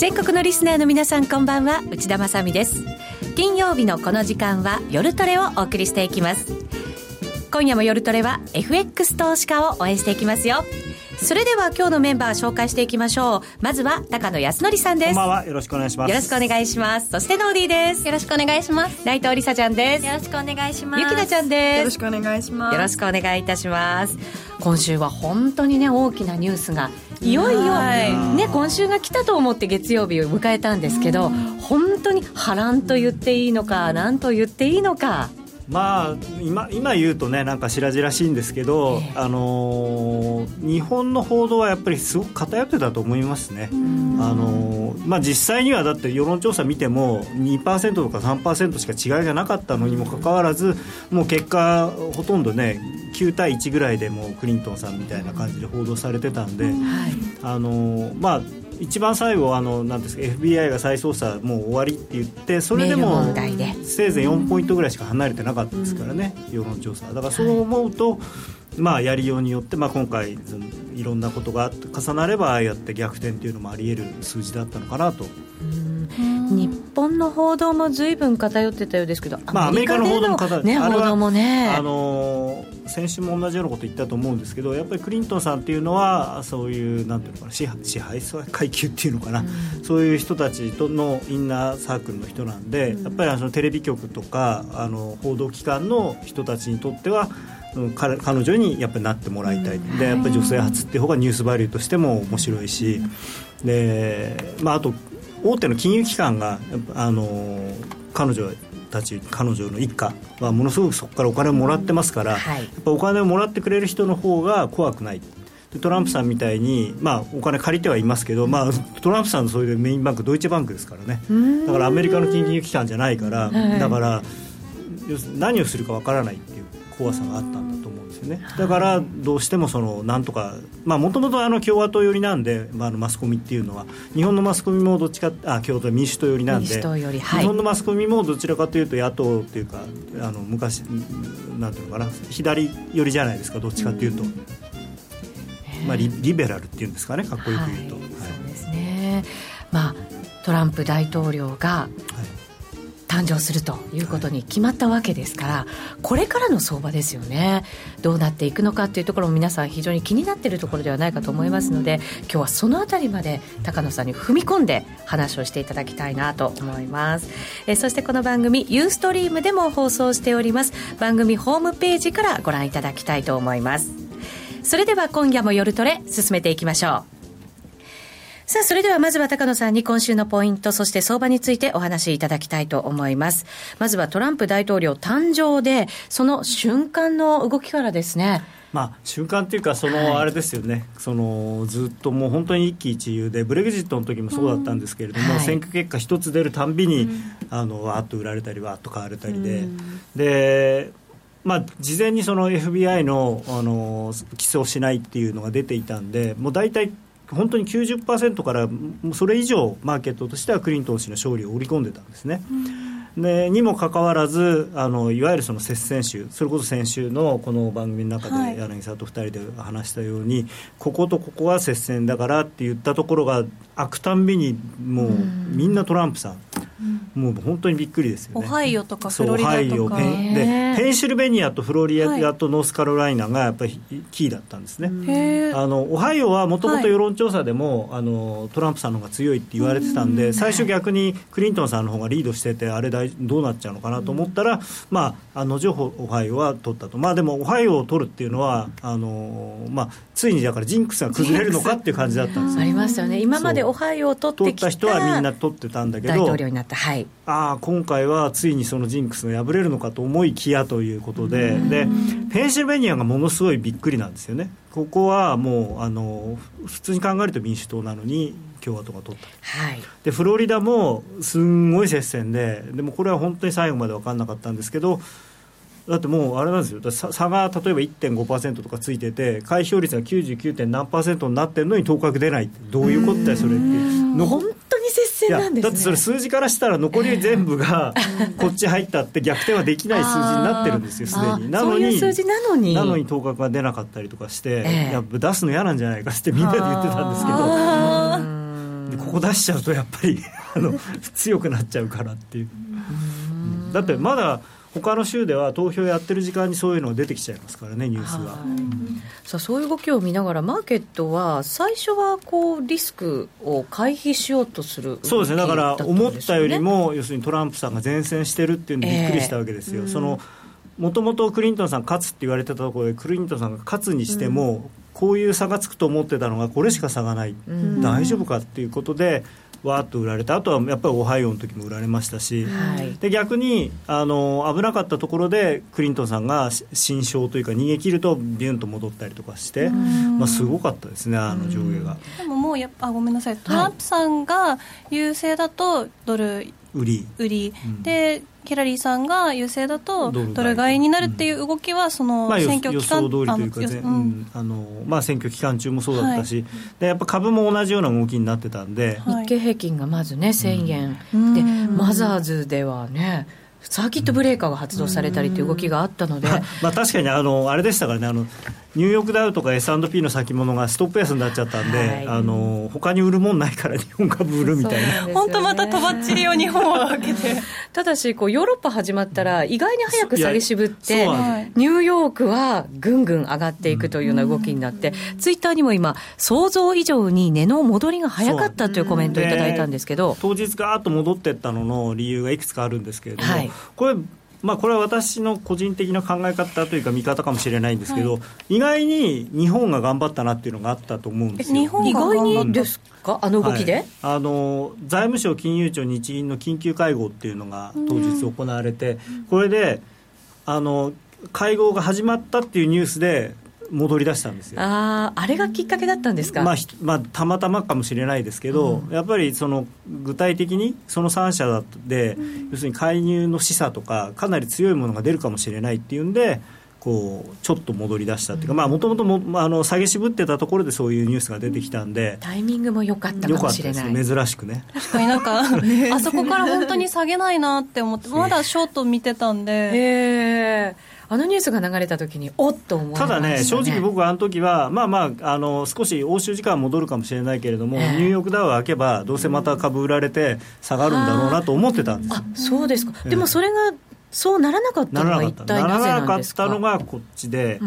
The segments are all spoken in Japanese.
全国のリスナーの皆さん、こんばんは。内田まさみです。金曜日のこの時間は夜トレをお送りしていきます。今夜も夜トレは FX 投資家を応援していきますよ。それでは今日のメンバー紹介していきましょう。まずは高野康則さんです。 こんばんは、よろしくお願いします。 よろしくお願いします。そしてノーディーです。 よろしくお願いします。 内藤理沙ちゃんです。 よろしくお願いします。 ゆきなちゃんです。 よろしくお願いします。 よろしくお願いいたします。今週は本当にね、大きなニュースがいよいよ、ね、今週が来たと思って月曜日を迎えたんですけど、本当に波乱と言っていいのか何と言っていいのか、 まあ、今言うとね、なんか白々しいんですけど、日本の報道はやっぱりすごく偏ってたと思いますね。実際にはだって世論調査見ても 2% とか 3% しか違いがなかったのにもかかわらず、もう結果ほとんどね9対1ぐらいでもうクリントンさんみたいな感じで報道されてたんで、一番最後なんですか、 FBI が再捜査もう終わりって言って、それでもせいぜい4ポイントぐらいしか離れてなかったですからね、世論調査だから。そう思うと、やりようによって、今回いろんなことが重なればああやって逆転っていうのもあり得る数字だったのかなと。 日本の報道も随分偏ってたようですけど、 アメリカの報道も偏って、 ね、報道もね、 先週も同じようなこと言ったと思うんですけど、やっぱりクリントンさんっていうのはそういうなんていうのかな、支配階級っていうのかな、そういう人たちとのインナーサークルの人なんで、やっぱりテレビ局とか報道機関の人たちにとっては彼女にやっぱりなってもらいたい、でやっぱり女性初っていう方がニュースバリューとしても面白いし、で、あと大手の金融機関が彼女の一家はものすごくそこからお金をもらってますから、やっぱお金をもらってくれる人の方が怖くない。でトランプさんみたいに、お金借りてはいますけど、トランプさんのそういうメインバンクドイツバンクですからね。だからアメリカの金融機関じゃないから、だから何をするかわからないっていう怖さがあったんだと思うんですよね。だからどうしてもなんとか、もともと共和党寄りなんで、マスコミっていうのは日本のマスコミもどっちか、共和党民主党寄りなんで、日本のマスコミもどちらかというと野党っていうか、昔なんていうのかな、左寄りじゃないですか、どっちかというと、リベラルっていうんですかね、かっこよく言うと、 そうですね。トランプ大統領が、誕生するということに決まったわけですから、これからの相場ですよね。どうなっていくのかというところも皆さん非常に気になっているところではないかと思いますので、今日はそのあたりまで高野さんに踏み込んで話をしていただきたいなと思います。そしてこの番組ユーストリームでも放送しております。番組ホームページからご覧いただきたいと思います。それでは今夜も夜トレ進めていきましょう。さあ、それではまずは高野さんに今週のポイント、そして相場についてお話しいただきたいと思います。まずはトランプ大統領誕生で、その瞬間の動きからですね。 瞬間っていうか、あれですよね、ずっともう本当に一喜一憂で、ブレグジットの時もそうだったんですけれども、選挙結果一つ出るたんびに、わーっと売られたりわーっと買われたりで、事前にFBI の、起訴をしないっていうのが出ていたんで、もう大体本当に 90% からそれ以上マーケットとしてはクリントン氏の勝利を織り込んでたんですね。でにもかかわらずいわゆる接戦州、それこそ先週のこの番組の中で柳沢と2人で話したように、こことここは接戦だからって言ったところが開くたんびにもうみんなトランプさん、もう本当にびっくりですよね。 オハイオとかフロリダとかでペンシルベニアとフロリダとノースカロライナがやっぱりキーだったんですね。オハイオはもともと世論調査でも、トランプさんの方が強いって言われてたんで、最初逆にクリントンさんの方がリードしてて、あれどうなっちゃうのかなと思ったら、後ほどオハイオは取ったと。でもオハイオを取るっていうのはついにだからジンクスが崩れるのかっていう感じだったんですよ。 ありますよね。今までオハイオを取ってきた人はみんな取ってたんだけど、 大統領になった、 今回はついにそのジンクスが破れるのかと思いきやということで、ペンシルベニアがものすごいびっくりなんですよね。ここはもう普通に考えると民主党なのに共和党が取った、でフロリダもすんごい接戦で、でもこれは本当に最後まで分かんなかったんですけど、だってもうあれなんですよ、差が例えば 1.5% とかついてて、開票率が 99. 何%になってるのに当確出ないって、どういうことだよそれって本当に接戦なんですね。 だってそれ数字からしたら残り全部がこっち入ったって逆転はできない数字になってるんですよ、すでに。 そういう数字なのに当確が出なかったりとかして、やっぱ出すの嫌なんじゃないかってみんなで言ってたんですけど、 ここ出しちゃうとやっぱり強くなっちゃうからっていう、だってまだ他の州では投票やってる時間にそういうのが出てきちゃいますからね、ニュースが。 さあそういう動きを見ながらマーケットは最初はこうリスクを回避しようとする動きだったんですよね。 そうですね、だから思ったよりも要するにトランプさんが善戦してるっていうのにびっくりしたわけですよ。もともとクリントンさん勝つって言われてたところでクリントンさんが勝つにしても、こういう差がつくと思ってたのがこれしか差がない、大丈夫かっていうことでわーっと売られた。あとはやっぱりオハイオの時も売られましたし、で逆に危なかったところでクリントンさんが新勝というか逃げ切るとビュンと戻ったりとかして、すごかったですね、上下が。 でももうごめんなさい、トランプさんが優勢だとドル売り、でヒラリーさんが優勢だとドル買いになるっていう動きはその選挙期間、 予想通りというか、選挙期間中もそうだったし、でやっぱ株も同じような動きになってたんで、 日経平均がまずね1000円、でマザーズではねサーキットブレーカーが発動されたりという動きがあったので、 確かにあれでしたからね、ニューヨークダウとか S&P の先物がストップ安になっちゃったんで、他に売るもんないから日本株売るみたいな、 本当またとばっちりを日本は分けてただしこうヨーロッパ始まったら意外に早く下げ渋ってニューヨークはぐんぐん上がっていくというような動きになって、ツイッターにも今想像以上に値の戻りが早かったというコメントをいただいたんですけど、 当日ガーッと戻っていったのの理由がいくつかあるんですけれども、これは私の個人的な考え方というか見方かもしれないんですけど、意外に日本が頑張ったなっていうのがあったと思うんですよ。 意外にですか、動きで、 財務省、金融庁、日銀の緊急会合っていうのが当日行われて、これで会合が始まったっていうニュースで戻り出したんですよ。 あれがきっかけだったんですか。 たまたまかもしれないですけど、やっぱり具体的にその3社で、要するに介入の示唆とかかなり強いものが出るかもしれないっていうんでちょっと戻り出したっていうか、もともと下げ渋ってたところでそういうニュースが出てきたんで、 タイミングも良かったかもしれない。 良かったですね、珍しくね。 確かにあそこから本当に下げないなって思ってまだショート見てたんで、 ニュースが流れた時におっと思いましたね。 ただね、正直僕は時は少し欧州時間は戻るかもしれないけれども、ニューヨークダウが開けばどうせまた株売られて下がるんだろうなと思ってたんですよ。 そうですか。でもそれがそうならなかったのは一体なぜなんですか。 ならなかったのがこっちで、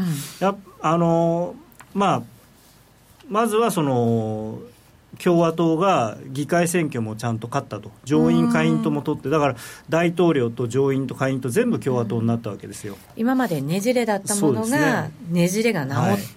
まずは共和党が議会選挙もちゃんと勝ったと、上院下院とも取って、だから大統領と上院と下院と全部共和党になったわけですよ。 今までねじれだったものが、ねじれが治った、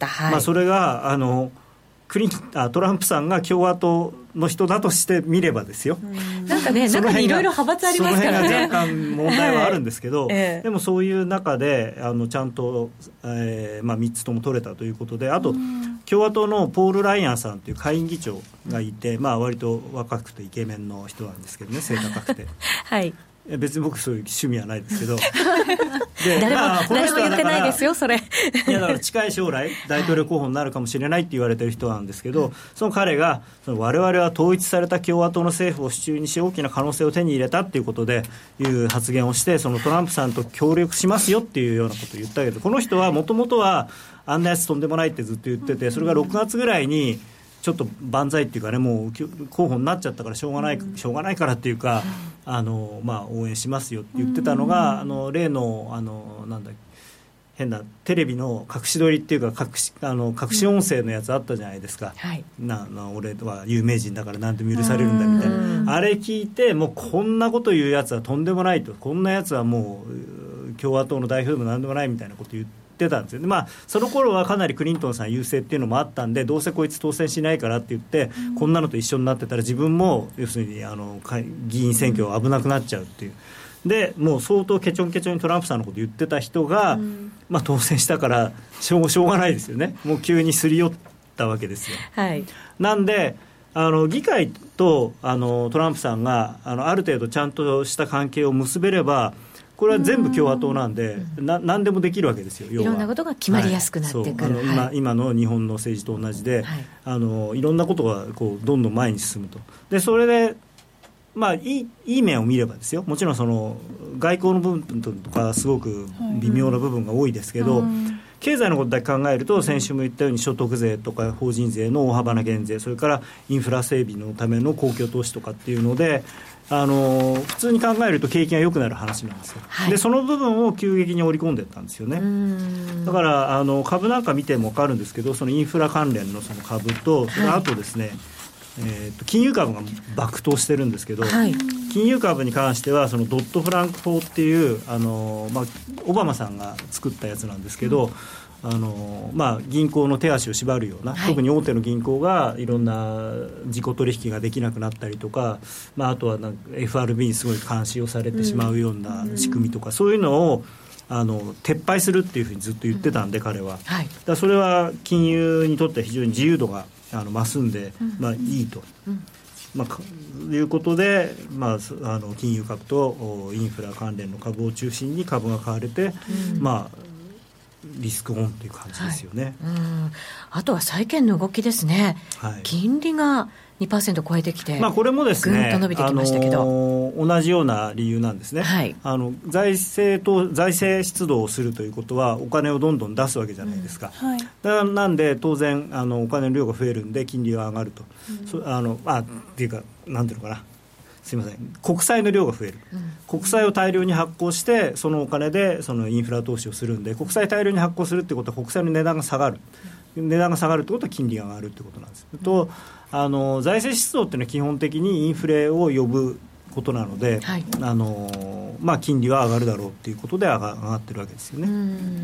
それがトランプさんが共和党の人だとしてみればですよ、 中にいろいろ派閥ありますからね、 その辺が若干問題はあるんですけど、でもそういう中でちゃんと、3つとも取れたということで、あと共和党のポール・ライアンさんという下院議長がいて、割と若くてイケメンの人なんですけどね、背高くて別に僕そういう趣味はないですけど誰も言ってないですよそれ。 いやだから近い将来大統領候補になるかもしれないって言われてる人なんですけど、その彼が我々は統一された共和党の政府を手中にし大きな可能性を手に入れたっていうことでいう発言をして、トランプさんと協力しますよっていうようなことを言ったけど、この人はもともとはあんなやつとんでもないってずっと言ってて、それが6月ぐらいにちょっと万歳っていうかね、もう候補になっちゃったからしょうがないからっていうか、応援しますよって言ってたのが、例の変なテレビの隠し撮りっていうか隠し音声のやつあったじゃないですか、俺は有名人だから何でも許されるんだみたいな、あれ聞いてもうこんなこと言うやつはとんでもないと、こんなやつはもう共和党の代表でも何でもないみたいなこと言ってたんですよね。その頃はかなりクリントンさん優勢っていうのもあったんで、どうせこいつ当選しないからって言って、こんなのと一緒になってたら自分も要するに議員選挙危なくなっちゃうっていう、でもう相当ケチョンケチョンにトランプさんのこと言ってた人が、当選したからしょうがないですよね。もう急にすり寄ったわけですよ、なんで議会とトランプさんがある程度ちゃんとした関係を結べれば、これは全部共和党なんで、何でもできるわけですよ。要はいろんなことが決まりやすくなってくる、 今の日本の政治と同じで、いろんなことがどんどん前に進むと。でそれでいい面を見ればですよ、もちろん外交の部分とかすごく微妙な部分が多いですけど、 経済のことだけ考えると、先週も言ったように所得税とか法人税の大幅な減税、それからインフラ整備のための公共投資とかっていうので、普通に考えると景気が良くなる話なんですよ、はい、でその部分を急激に織り込んでいったんですよね。だから株なんか見ても分かるんですけど、そのインフラ関連のその株と、その後ですね、金融株が爆投してるんですけど、はい、金融株に関してはそのドットフランク法っていうオバマさんが作ったやつなんですけど、銀行の手足を縛るような、はい、特に大手の銀行がいろんな自己取引ができなくなったりとか、あとはなんか FRB にすごい監視をされてしまうような仕組みとか、そういうのを撤廃するっていうふうにずっと言ってたんで、彼は、はい、だそれは金融にとって非常に自由度が増すんで、いいと、いうことで、金融株とインフラ関連の株を中心に株が買われて、リスクオンという感じですよね、はい、 あとは債券の動きですね、はい、金利が 2% 超えてきて、 これもですね、 ぐんと伸びてきましたけど、 同じような理由なんですね、はい、財政出動をするということはお金をどんどん出すわけじゃないですか、はい、なんで当然お金の量が増えるんで金利が上がると、っていうかなんていうのかな、すみません、国債の量が増える、国債を大量に発行してそのお金でそのインフラ投資をするんで、国債大量に発行するってことは国債の値段が下がる、値段が下がるってことは金利が上がるってことなんです。と財政出動っていうのは基本的にインフレを呼ぶことなので、はい、金利は上がるだろうっていうことで上がってるわけですよね。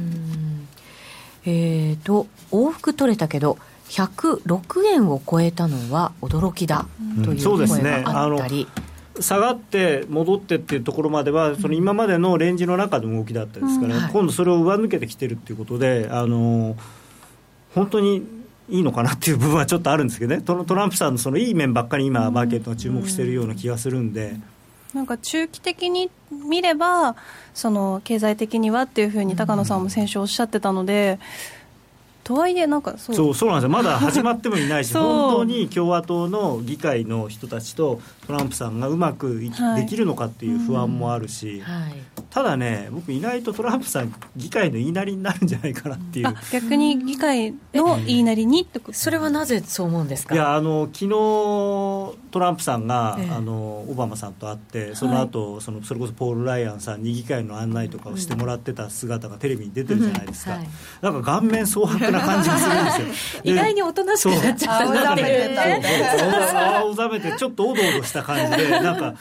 往復取れたけど106円を超えたのは驚きだという声があったり、 下がって戻ってっていうところまではその今までのレンジの中の動きだったですから、今度それを上抜けてきてるっていうことで、本当にいいのかなっていう部分はちょっとあるんですけどね、トランプさんのそのいい面ばっかり今マーケットが注目しているような気がするんで、 なんか中期的に見ればその経済的にはっていうふうに高野さんも先週おっしゃってたので、とはいえなんかそうなんですよ、まだ始まってもいないし本当に共和党の議会の人たちとトランプさんがうまくできるのかっていう不安もあるし、ただね、僕意外とトランプさん議会の言いなりになるんじゃないかなっていう。 逆に議会の言いなりにってこと、 それはなぜそう思うんですか。 いや昨日トランプさんが、オバマさんと会ってその後、それこそポール・ライアンさんに議会の案内とかをしてもらってた姿がテレビに出てるじゃないですか、なんか顔面蒼白な感じがするんですよ意外におとなしくなっちゃったっていう青ざめてちょっとおどおどした感じでなんか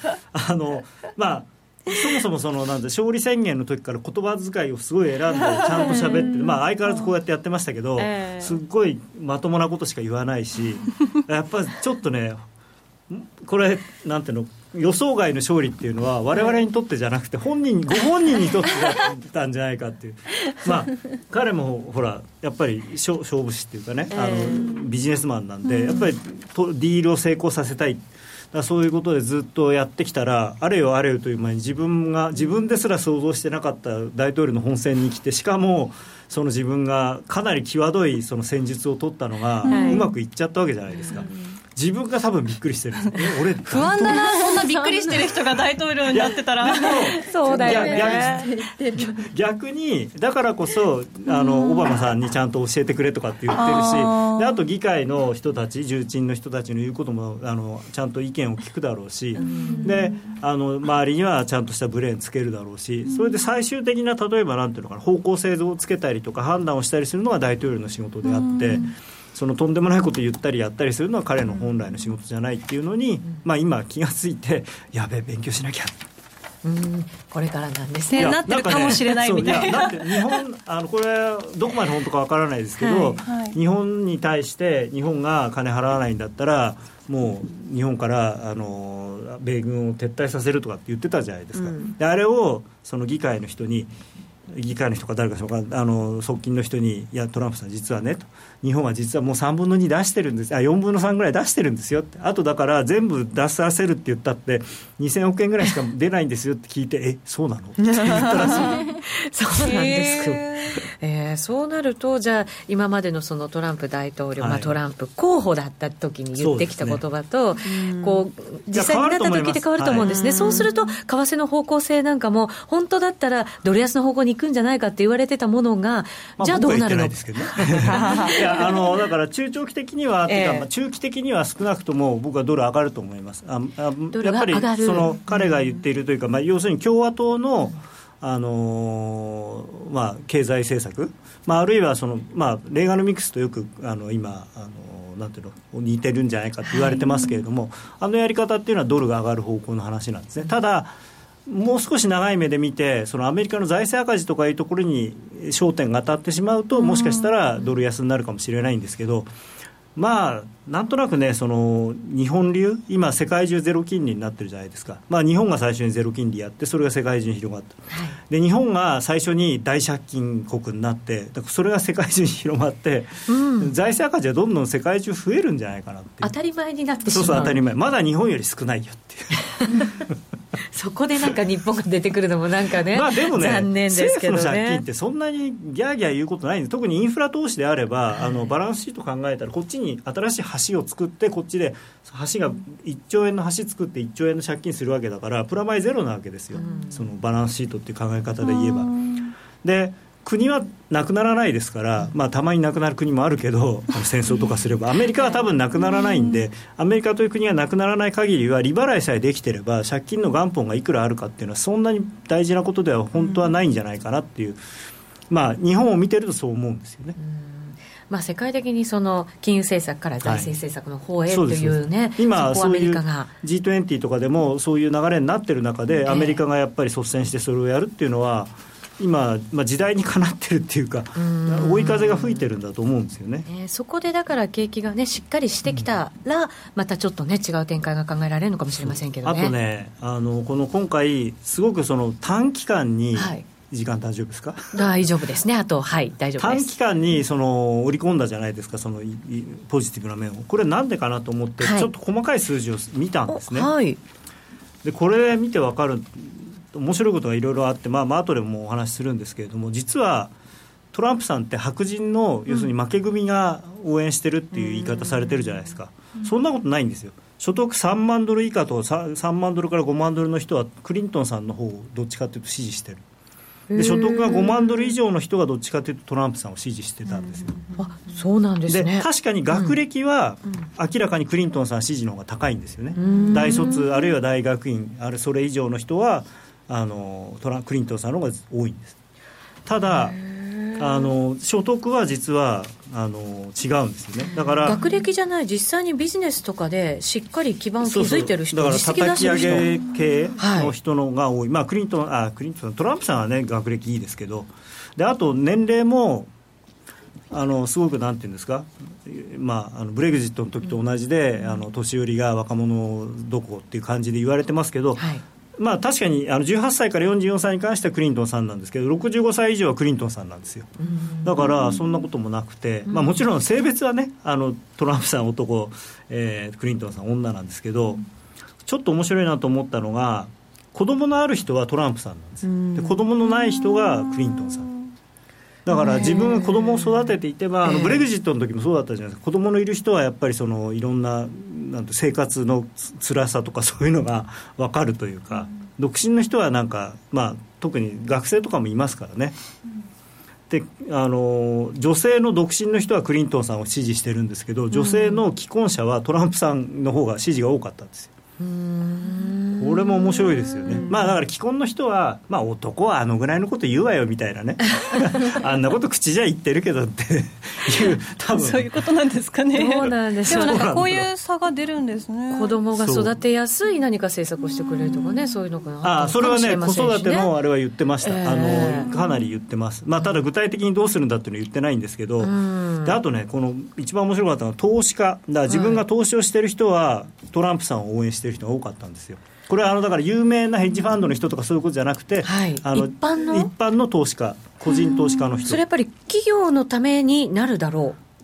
そもそも勝利宣言の時から言葉遣いをすごい選んでちゃんと喋って、相変わらずこうやってやってましたけど、すっごいまともなことしか言わないし、やっぱりちょっとね、これなんていうの、予想外の勝利っていうのは我々にとってじゃなくてご本人にとってだったんじゃないかっていう彼もほらやっぱり勝負師っていうかね、ビジネスマンなんで、やっぱりディールを成功させたい、そういうことでずっとやってきたら、あれよあれよという前に自分ですら想像してなかった大統領の本選に来て、しかもその自分がかなり際どいその戦術を取ったのがうまくいっちゃったわけじゃないですか、自分が多分びっくりしてるんです。俺不安だな、そんなびっくりしてる人が大統領になってたらそうだよね。 逆にだからこそオバマさんにちゃんと教えてくれとかって言ってるし、であと議会の人たち、重鎮の人たちの言うこともちゃんと意見を聞くだろうし、で周りにはちゃんとしたブレーンつけるだろうし、それで最終的な例えばなんていうのかな、方向性をつけたりとか判断をしたりするのが大統領の仕事であって、そのとんでもないことを言ったりやったりするのは彼の本来の仕事じゃないっていうのに、今気がついて、やべえ勉強しなきゃ、 これからなんですね、 なってるかもしれないみたいな。 だって日本これどこまで本当かわからないですけど、日本に対して日本が金払わないんだったらもう日本から米軍を撤退させるとかって言ってたじゃないですか、であれをその議会の人か誰か側近の人に、いやトランプさん実はねと、日本は実はもう3分の2出してるんです、4分の3ぐらい出してるんですよって、あとだから全部出させるって言ったって2000億円ぐらいしか出ないんですよって聞いてそうなのって言ったらしいそうなんですか。 そうなるとじゃあ今までのそのトランプ大統領、トランプ候補だった時に言ってきた言葉と、こう実際になった時で変わると思うんですね。そうすると為替の方向性なんかも本当だったらドル安の方向に行くんじゃないかって言われてたものが、じゃあどうなるの？ 僕は言ってないですけどねいやだから中長期的には、中期的には少なくとも僕はドル上がると思います。やっぱりその彼が言っているというか、要するに共和党の経済政策、あるいはその、レーガノミクスとよく今なんていうの似てるんじゃないかと言われてますけれども、やり方っていうのはドルが上がる方向の話なんですね。ただもう少し長い目で見て、そのアメリカの財政赤字とかいうところに焦点が当たってしまうと、もしかしたらドル安になるかもしれないんですけど、なんとなくね、その日本流、今世界中ゼロ金利になってるじゃないですか。日本が最初にゼロ金利やって、それが世界中に広がった、で日本が最初に大借金国になって、だからそれが世界中に広まって、財政赤字はどんどん世界中増えるんじゃないかなっていう、 当たり前になってしまう。 そう当たり前、まだ日本より少ないよっていうそこでなんか日本が出てくるのもなんかね、 でもね、 残念ですけどね。 政府の借金ってそんなにギャーギャー言うことないんで、特にインフラ投資であれば、バランスシート考えたらこっちに新しい橋を作って、こっちで橋が1兆円の橋作って1兆円の借金するわけだから、プラマイゼロなわけですよ、そのバランスシートっていう考え方で言えば。で国はなくならないですから、たまになくなる国もあるけど、戦争とかすればアメリカは多分なくならないんで、アメリカという国がなくならない限りは利払いさえできてれば借金の元本がいくらあるかっていうのはそんなに大事なことでは本当はないんじゃないかなっていう、日本を見てるとそう思うんですよね。 世界的にその金融政策から財政政策の方へというね、 今そこをアメリカがそういう G20 とかでもそういう流れになってる中で、アメリカがやっぱり率先してそれをやるっていうのは今、時代にかなってるっていうか、追い風が吹いてるんだと思うんですよね。 そこでだから景気がねしっかりしてきたら、またちょっとね違う展開が考えられるのかもしれませんけどね。 あとね、この今回すごくその短期間に、時間大丈夫ですか？ 大丈夫ですね。あと大丈夫です。 短期間にその織り込んだじゃないですか、そのポジティブな面を。これなんでかなと思って、ちょっと細かい数字を見たんですね。でこれ見て分かる面白いことがいろいろあって、後でもお話しするんですけれども、実はトランプさんって白人の要するに負け組が応援してるっていう言い方されてるじゃないですか。そんなことないんですよ。所得3万ドル以下と3万ドルから5万ドルの人はクリントンさんの方をどっちかというと支持してる。で所得が5万ドル以上の人がどっちかというとトランプさんを支持してたんですよ。 そうなんですね。 で確かに学歴は明らかにクリントンさん支持の方が高いんですよね。大卒あるいは大学院それ以上の人はクリントンさんの方が多いんです。ただ所得は実は違うんですよね。だから学歴じゃない、実際にビジネスとかでしっかり基盤を築いてる人、 だから叩き上げ系の人のが多い、トランプさんはね学歴いいですけど、であと年齢もすごくなんていうんですか、ブレグジットの時と同じで、年寄りが若者どこっていう感じで言われてますけど、確かに18歳から44歳に関してはクリントンさんなんですけど、65歳以上はクリントンさんなんですよ。だからそんなこともなくて、もちろん性別はねトランプさん男、クリントンさん女なんですけど、ちょっと面白いなと思ったのが、子供のある人はトランプさんなんですよ。で子供のない人がクリントンさんだから、自分が子供を育てていてブレグジットの時もそうだったじゃないですか。子供のいる人はやっぱりそのいろんな生活の辛さとかそういうのが分かるというか、独身の人はなんか、特に学生とかもいますからね。で女性の独身の人はクリントンさんを支持してるんですけど、女性の既婚者はトランプさんの方が支持が多かったんですよ。これも面白いですよね。だから既婚の人は、男はぐらいのこと言うわよみたいなねあんなこと口じゃ言ってるけどっていう多分そういうことなんですかね。 そうなんですよ。 でもこういう差が出るんですね。 子供が育てやすい何か政策をしてくれるとかね、そういうのがあったそれはね、 子育てのあれは言ってました。かなり言ってます。ただ具体的にどうするんだっていうのは言ってないんですけど、であとね、この一番面白かったのは投資家だから、自分が投資をしてる人はトランプさんを応援してる人が多かったんですよ。これはだから有名なヘッジファンドの人とかそういうことじゃなくて、 一般の投資家、個人投資家の人。 それやっぱり企業のためになるだろう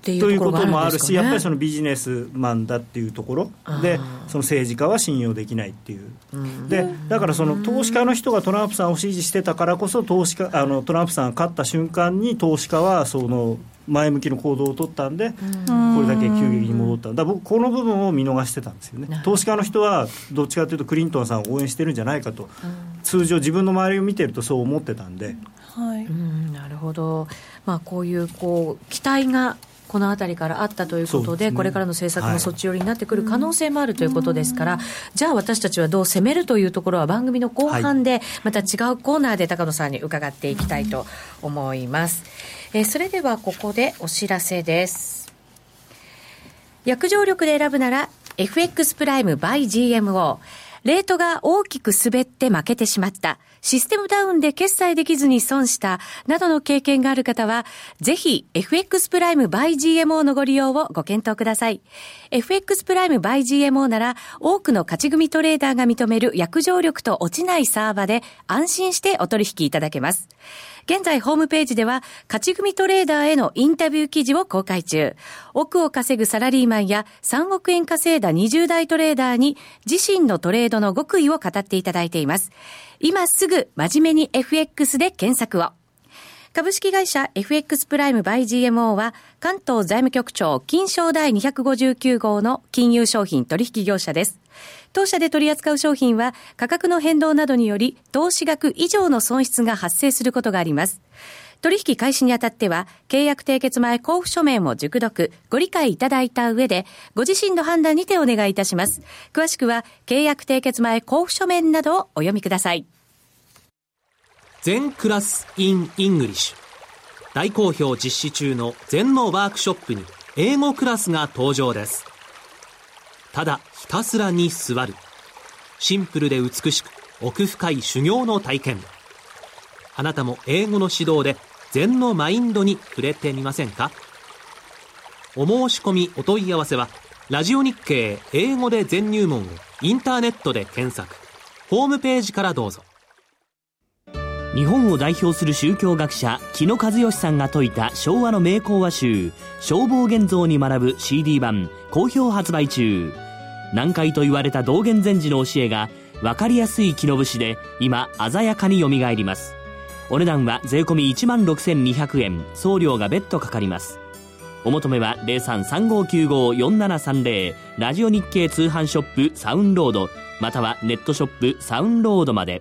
っていうところがあるんですかね。 ということもあるし、やっぱりそのビジネスマンだっていうところで、その政治家は信用できないっていう、でだからその投資家の人がトランプさんを支持してたからこそ、トランプさんが勝った瞬間に投資家はその前向きの行動を取ったんで、これだけ急激に戻ったんだ。僕この部分を見逃してたんですよね。投資家の人はどっちかというとクリントンさんを応援してるんじゃないかと、通常自分の周りを見てるとそう思ってたんで、 はい、 なるほど、こういう期待がこのあたりからあったということで、これからの政策もそっち寄りになってくる可能性もあるということですから、じゃあ私たちはどう攻めるというところは番組の後半でまた違うコーナーで高野さんに伺っていきたいと思います。それではここでお知らせです。約定力で選ぶなら FX プライム by GMO、 レートが大きく滑って負けてしまった、システムダウンで決済できずに損したなどの経験がある方は、ぜひ FX プライム by GMO のご利用をご検討ください。FX プライム by GMO なら多くの勝ち組トレーダーが認める約定力と落ちないサーバで安心してお取引いただけます。現在ホームページでは勝ち組トレーダーへのインタビュー記事を公開中。億を稼ぐサラリーマンや3億円稼いだ20代トレーダーに自身のトレードの極意を語っていただいています。今すぐ真面目に FX で検索を。株式会社 FX プライム by GMO は関東財務局長金商第259号の金融商品取引業者です。当社で取り扱う商品は価格の変動などにより投資額以上の損失が発生することがあります。取引開始にあたっては契約締結前交付書面を熟読ご理解いただいた上でご自身の判断にてお願いいたします。詳しくは契約締結前交付書面などをお読みください。 全クラス in English 大好評実施中の全のワークショップに英語クラスが登場です。ただひたすらに座る、シンプルで美しく奥深い修行の体験。あなたも英語の指導で禅のマインドに触れてみませんか？お申し込みお問い合わせはラジオ日経英語で禅入門をインターネットで検索、ホームページからどうぞ。 日本を代表する宗教学者木野和義さんが説いた昭和の名講話集正法現像に学ぶ CD 版好評発売中。難解と言われた道元禅師の教えが分かりやすい木の節で今鮮やかによみがえります。お値段は税込み 16,200 円、送料が別途かかります。お求めは 0335954730 ラジオ日経通販ショップサウンロードまたはネットショップサウンロードまで。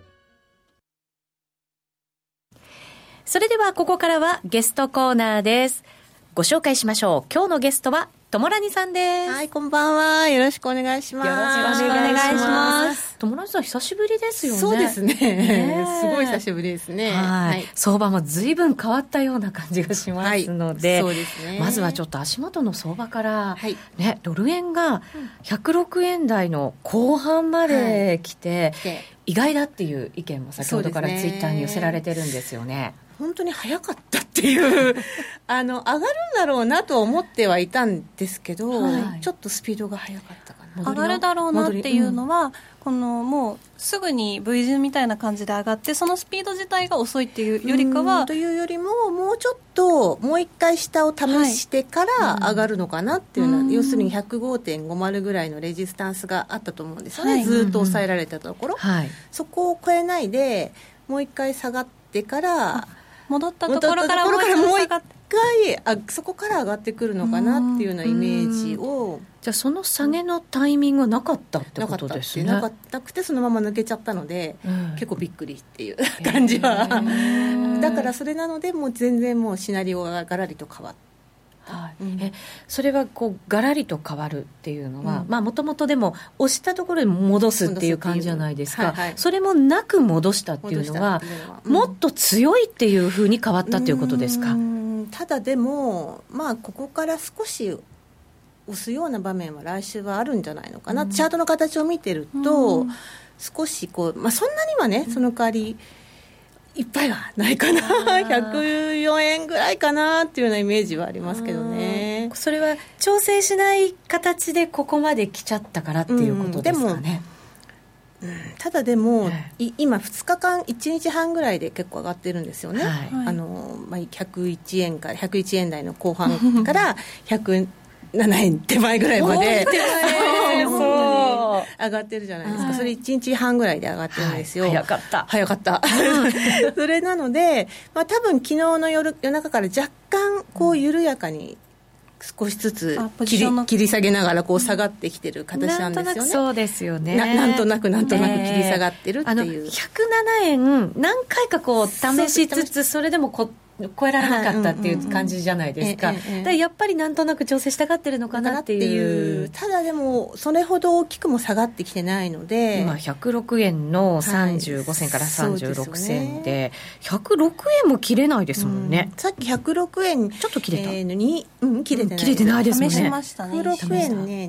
それではここからはゲストコーナーです。ご紹介しましょう。今日のゲストは友ラニさんです。 はい、こんばんは。よろしくお願いします。 よろしくお願いします。友ラニさん久しぶりですよね。 そうですね。すごい久しぶりですね。 はい。相場も随分変わったような感じがしますので、 そうですね。 まずはちょっと足元の相場から、ね、ドル円が106円台の後半まで来て、意外だっていう意見も先ほどからツイッターに寄せられてるんですよね。 本当に早かったっていう上がるんだろうなと思ってはいたんですけど、ちょっとスピードが速かったかな。 上がるだろうなっていうのは、このもうすぐに V 字みたいな感じで上がってそのスピード自体が遅いっていうよりかはというよりももうちょっともう一回下を試してから上がるのかなっていうのは、要するに 105.50 ぐらいのレジスタンスがあったと思うんですよね、ずっと抑えられたところ、そこを超えないでもう一回下がってから戻ったところからもう一回そこから上がってくるのかなっていうようなイメージを。 じゃあその下げのタイミングはなかったってことですね。 なくてそのまま抜けちゃったので、結構びっくりっていう感じはだからそれなのでもう全然もうシナリオがガラリと変わった。 それはこうガラリと変わるっていうのはもともとでも押したところに戻すっていう感じじゃないですか、それもなく戻したっていうのはもっと強いっていうふうに変わったっていうことですか。 ただでもここから少し押すような場面は来週はあるんじゃないのかな、チャートの形を見てると少しこう、そんなにはねその代わりいっぱいはないかな、104円ぐらいかなっていうようなイメージはありますけどね。 それは調整しない形でここまで来ちゃったからっていうことですかね。 ただでも、今2日間1日半ぐらいで結構上がってるんですよね、101円から101円台の後半から107円手前ぐらいまで上がってるじゃないですか、それ1日半ぐらいで上がってるんですよ、 早かったそれなので、多分昨日の夜中から若干こう緩やかに少しずつ切り下げながらこう下がってきてる形なんですよね。 なんとなくそうですよね。 なんとなく切り下がってるっていう、 107円何回かこう試しつつそれでも超えられなかったっていう感じじゃないですか。でやっぱりなんとなく調整したがってるのかなっていう。 ただでもそれほど大きくも下がってきてないので、 今106円の35銭から36銭で、106円も切れないですもんね。 さっき106円ちょっと切れた、 切れてない、 切れてないですもんね。 試しましたね。 106円ね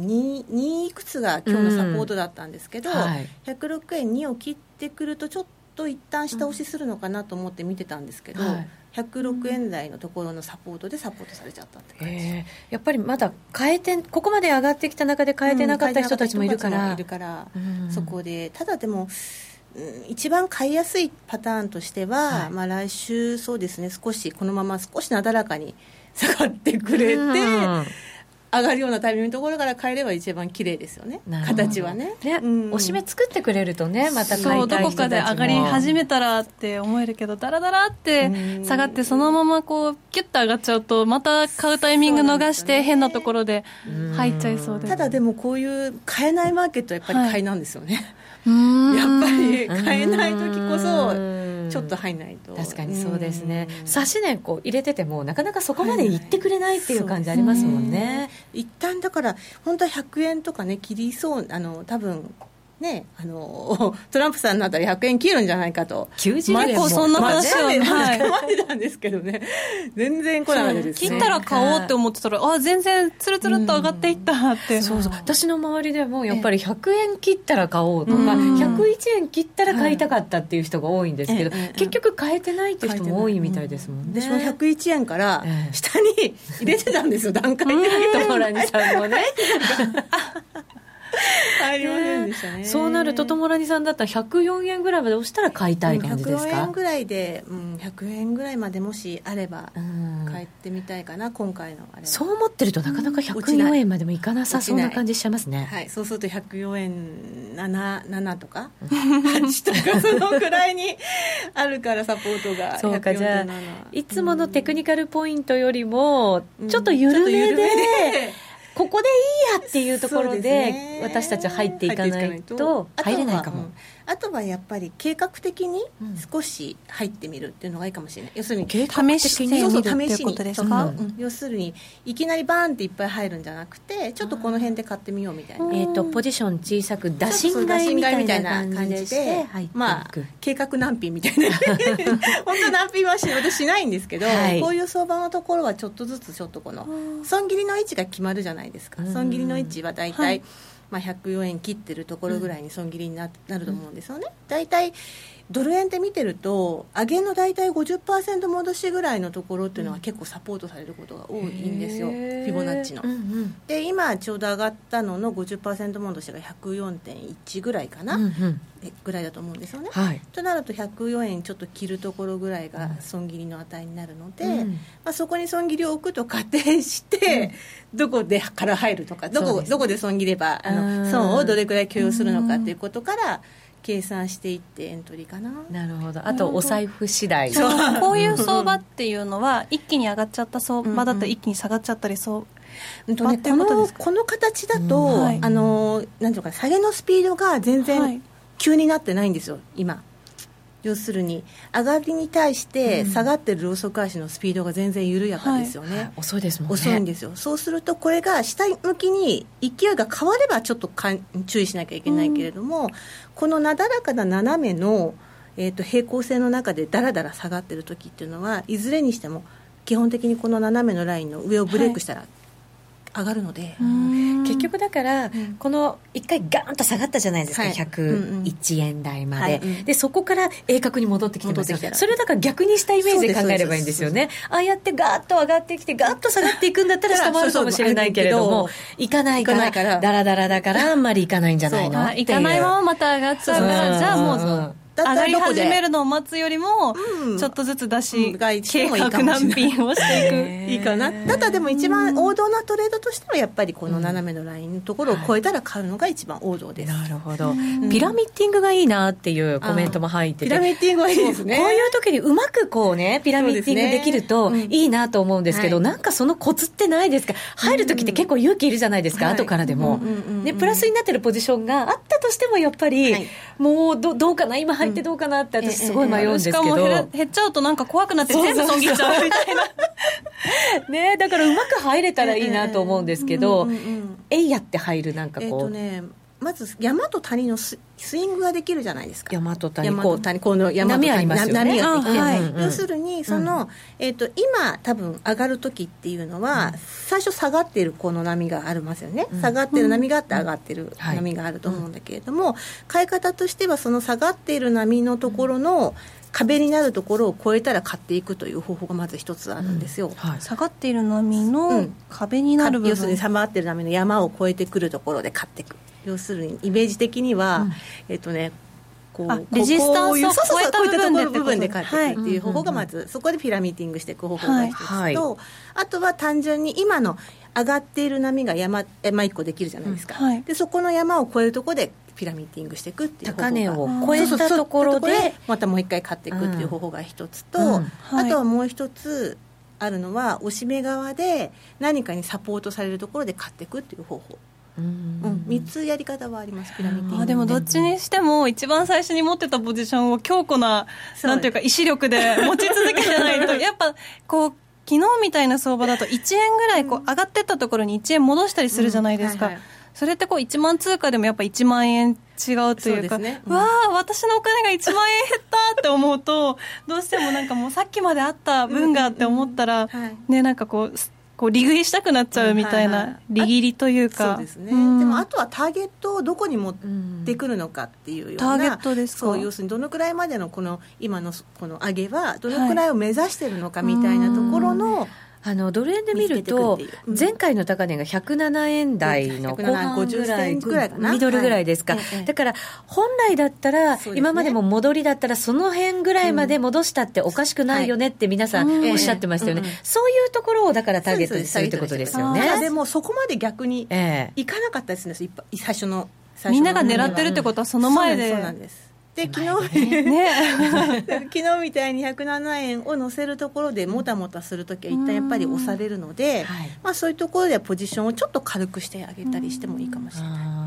2いくつが今日のサポートだったんですけど、106円2を切ってくるとちょっと一旦下押しするのかなと思って見てたんですけど、106円台のところのサポートでサポートされちゃったって感じです。 やっぱりまだここまで上がってきた中で変えてなかった人たちもいるから、 そこでただでも、一番買いやすいパターンとしては、来週そうですね、少しこのまま少しなだらかに下がってくれて、上がるようなタイミングのところから買えれば一番綺麗ですよね、形はね。 おしめ作ってくれるとね、また買いたい人たちもどこかで上がり始めたらって思えるけど、ダラダラって下がってそのままこうキュッと上がっちゃうと、また買うタイミング逃して変なところで入っちゃいそうで。 ただでもこういう買えないマーケットはやっぱり買いなんですよね、やっぱり買えない時こそちょっと入んないと。 確かにそうですね。指し値こう入れててもなかなかそこまで行ってくれないっていう感じありますもんね。 一旦だから本当は100円とかね切りそう、多分ね、トランプさんになったら100円切るんじゃないかと 90円もそんな話は前なんですけどね、全然来なかったですね。 切ったら買おうって思ってたら、全然つるつるっと上がっていったって、 そう私の周りでもやっぱり100円切ったら買おうとか、101円切ったら買いたかったっていう人が多いんですけど、結局買えてないっていう人も多いみたいですもんね。 私も101円から下に入れてたんですよ、段階的に。 トモラニさんもね入りませんでしたね。 そうなるとトモラニさんだったら104円ぐらいまで押したら買いたい感じですか。 104円ぐらいで、100円ぐらいまでもしあれば買ってみたいかな、今回のあれは。 そう思ってるとなかなか104円までもいかなさそうな感じしちゃいますね。 そうすると104円7とか8とかそのくらいにあるから、サポートが。 そうか、じゃあいつものテクニカルポイントよりもちょっと緩めで、ここでいいやっていうところで私たちは入っていかないと入れないかも。 あとはやっぱり計画的に少し入ってみるっていうのがいいかもしれない。要するに試してみるっていうことですか。 要するにいきなりバーンっていっぱい入るんじゃなくて、ちょっとこの辺で買ってみようみたいな、 ポジション小さく打診買いみたいな感じで入っていく、 計画難品みたいな本当難品は私しないんですけど、こういう相場のところはちょっとずつちょっとこの損切りの位置が決まるじゃないですか。損切りの位置はだいたい104円切ってるところぐらいに損切りになると思うんですよね。だいたいドル円って見てると上げのだいたい 50% 戻しぐらいのところっていうのは結構サポートされることが多いんですよ、フィボナッチの、で今ちょうど上がったのの 50% 戻しが 104.1 ぐらいかな、ぐらいだと思うんですよね、となると104円ちょっと切るところぐらいが損切りの値になるので、そこに損切りを置くと仮定して、どこでから入るとか、どこで損切れば損をどれくらい許容するのかっていうことから計算していってエントリーかな。 なるほど。あとお財布次第。 こういう相場っていうのは一気に上がっちゃった相場だったら一気に下がっちゃったり、この形だと、なんていうのか、下げのスピードが全然急になってないんですよ、今。要するに上がりに対して下がってるローソク足のスピードが全然緩やかですよね、 遅いですもんね。 遅いんですよ。そうするとこれが下向きに勢いが変わればちょっと注意しなきゃいけないけれども、このなだらかな斜めの、平行線の中でだらだら下がってる時っていうのは、いずれにしても基本的にこの斜めのラインの上をブレイクしたら上がるので、 結局だから、この1回ガーンと下がったじゃないですか、101円台まで、でそこから鋭角に戻ってきてますよ。それをだから逆にしたイメージで考えればいいんですよね。ああやってガーッと上がってきてガーッと下がっていくんだったら下回るかもしれないけれども、いかないからダラダラだからあんまりいかないんじゃないのっていう、 いかないまままた上がっちゃうから、じゃあもう上がり始めるのを待つよりもちょっとずつ出し、計画難品をしていくいいかな。ただでも一番王道なトレードとしてはやっぱりこの斜めのラインのところを超えたら買うのが一番王道です。 なるほど。ピラミッティングがいいなっていうコメントも入ってて、 ピラミッティングはいいですね。 こういう時にうまくこうねピラミッティングできるといいなと思うんですけど、なんかそのコツってないですか？入る時って結構勇気いるじゃないですか、後からでも、でプラスになってるポジションがあったとしてもやっぱり、もうどうかな、今入ってどうかなって私すごい迷うんですけど、しかも減っちゃうとなんか怖くなって全部損切っちゃうみたいなね、だからうまく入れたらいいなと思うんですけど、えいやって入るなんかこう、 まず山と谷のスイングができるじゃないですか。 山と谷、 この山と谷波ありますよね。 波ができる、要するにその、今多分上がる時っていうのは、最初下がっているこの波がありますよね、下がってる波があって上がってる波があると思うんだけれども、買い方としてはその下がっている波のところの壁になるところを超えたら買っていくという方法がまず一つあるんですよ、 下がっている波の壁になる部分、 要するに下がっている波の山を越えてくるところで買っていく。要するにイメージ的には、こうレジスタンスを超えた部分で買っていくっていう方法がまず、そこでピラミッティングしていく方法が一つと、あとは単純に今の上がっている波が山1個できるじゃないですか、でそこの山を越えるところでピラミッティングしていくっていう方法が、 高値を越えたところでまたもう一回買っていくっていう方法が一つと、あとはもう一つあるのは、押し目側で何かにサポートされるところで買っていくっていう方法、3つやり方はあります、ピラミッティング、ね。 でもどっちにしても一番最初に持ってたポジションを強固な、なんていうか意志力で持ち続けてないとやっぱこう昨日みたいな相場だと1円ぐらいこう上がってったところに1円戻したりするじゃないですか、それってこう1万通貨でもやっぱ1万円違うというか、わあ私のお金が1万円減ったって思うとどうしてもなんかもうさっきまであった分がって思ったら、ね、なんかこう利食いしたくなっちゃうみたいな、利切りというか、 そうですね、でもあとはターゲットをどこに持ってくるのかっていうような、 ターゲットですか。 そう、要するにどのくらいまでのこの今のこの上げはどのくらいを目指しているのかみたいなところの、 ドル円で見ると前回の高値が107円台の後半ぐらい、ミドルぐらいですか、だから本来だったら、今までも戻りだったらその辺ぐらいまで戻したっておかしくないよねって皆さんおっしゃってましたよね、そういうところをだからターゲットにするってことですよね。 でもそこまで逆にいかなかったですね、最初のみんなが狙ってるってことはその前で。 そうなんです。で昨日みたいに107円を乗せるところでもたもたするときは一旦やっぱり押されるので、そういうところではポジションをちょっと軽くしてあげたりしてもいいかもしれない。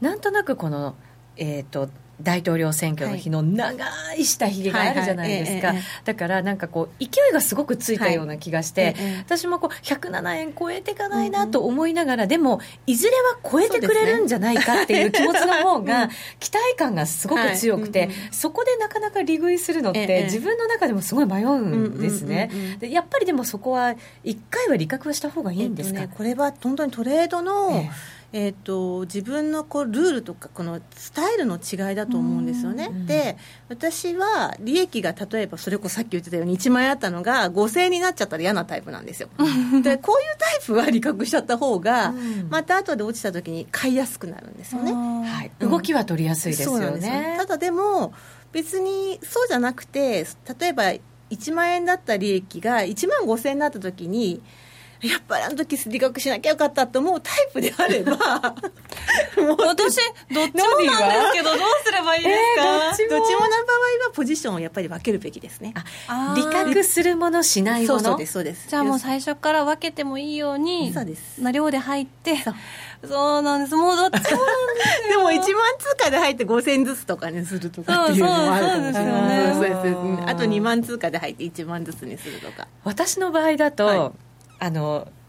なんとなくこの、大統領選挙の日の長い下ひげがあるじゃないですか、だからなんかこう勢いがすごくついたような気がして、私もこう107円超えていかないなと思いながら、でもいずれは超えてくれるんじゃないかっていう気持ちの方が期待感がすごく強くて、そこでなかなか利食いするのって自分の中でもすごい迷うんですね、でやっぱりでもそこは一回は利確はした方がいいんですか。 これは本当にトレードの、自分のこうルールとかこのスタイルの違いだと思うんですよね。で私は利益が例えばそれこそさっき言ってたように1万円あったのが5000円になっちゃったら嫌なタイプなんですよでこういうタイプは利確しちゃった方が、また後で落ちた時に買いやすくなるんですよね、 動きは取りやすいですよね。 ただでも別にそうじゃなくて、例えば1万円だった利益が1万5000円になった時にやっぱりあの時利確しなきゃよかったと思うタイプであれば私どっちもなんですけどどうすればいいですか。 どっちもの場合はポジションをやっぱり分けるべきですね。 利確するものしないもの。 そうです。 じゃあもう最初から分けてもいいようにな量で入って、そうなんです。もうどっちもなんですよでも1万通貨で入って5000円ずつとかにするとかっていうのもあるかもしれない。そうです。あと2万通貨で入って1万ずつにするとか。 私の場合だと、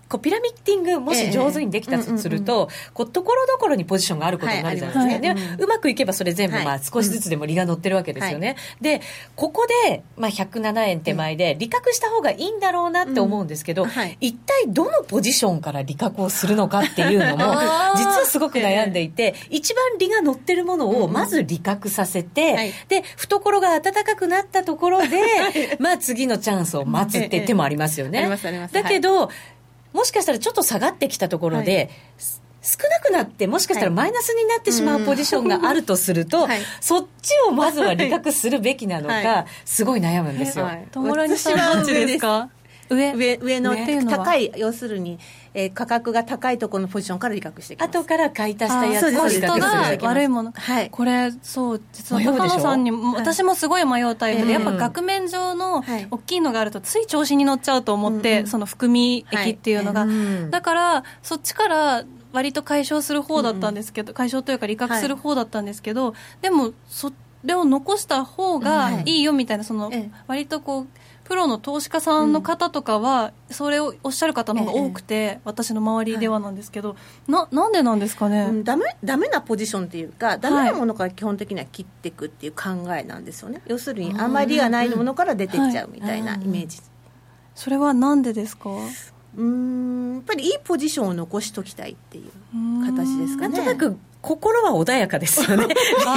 こうピラミッティングもし上手にできたとすると、こうところどころにポジションがあることになるじゃないですか、でうまくいけばそれ全部まあ少しずつでも利が乗ってるわけですよね、でここでまあ107円手前で利確した方がいいんだろうなって思うんですけど、一体どのポジションから利確をするのかっていうのも実はすごく悩んでいて、一番利が乗ってるものをまず利確させて、で懐が暖かくなったところでまあ次のチャンスを待つっていう手もありますよね、だけど、もしかしたらちょっと下がってきたところで、少なくなってもしかしたらマイナスになってしまうポジションがあるとすると、そっちをまずは利確するべきなのか、すごい悩むんですよ。 友達さんどっちですか？ 上の高い、要するに、価格が高いところのポジションから利確していきます。 後から買い足したやつを利確する。悪いもの、これそう実は高野さんに私もすごい迷うタイプで、やっぱ額面上の大きいのがあるとつい調子に乗っちゃうと思って、その含み益っていうのが、だからそっちから割と解消する方だったんですけど、解消というか利確する方だったんですけど、でもそれを残した方がいいよみたいな、その割とこうプロの投資家さんの方とかはそれをおっしゃる方の方が多くて、私の周りではなんですけど、なんでなんですかね、 ダメなポジションっていうか、ダメなものから基本的には切っていくっていう考えなんですよね。要するにあまり利がないものから出てっちゃうみたいなイメージ、 それはなんでですか？ やっぱりいいポジションを残しときたいっていう形ですかね。 なんとなく心は穏やかですよね。まあ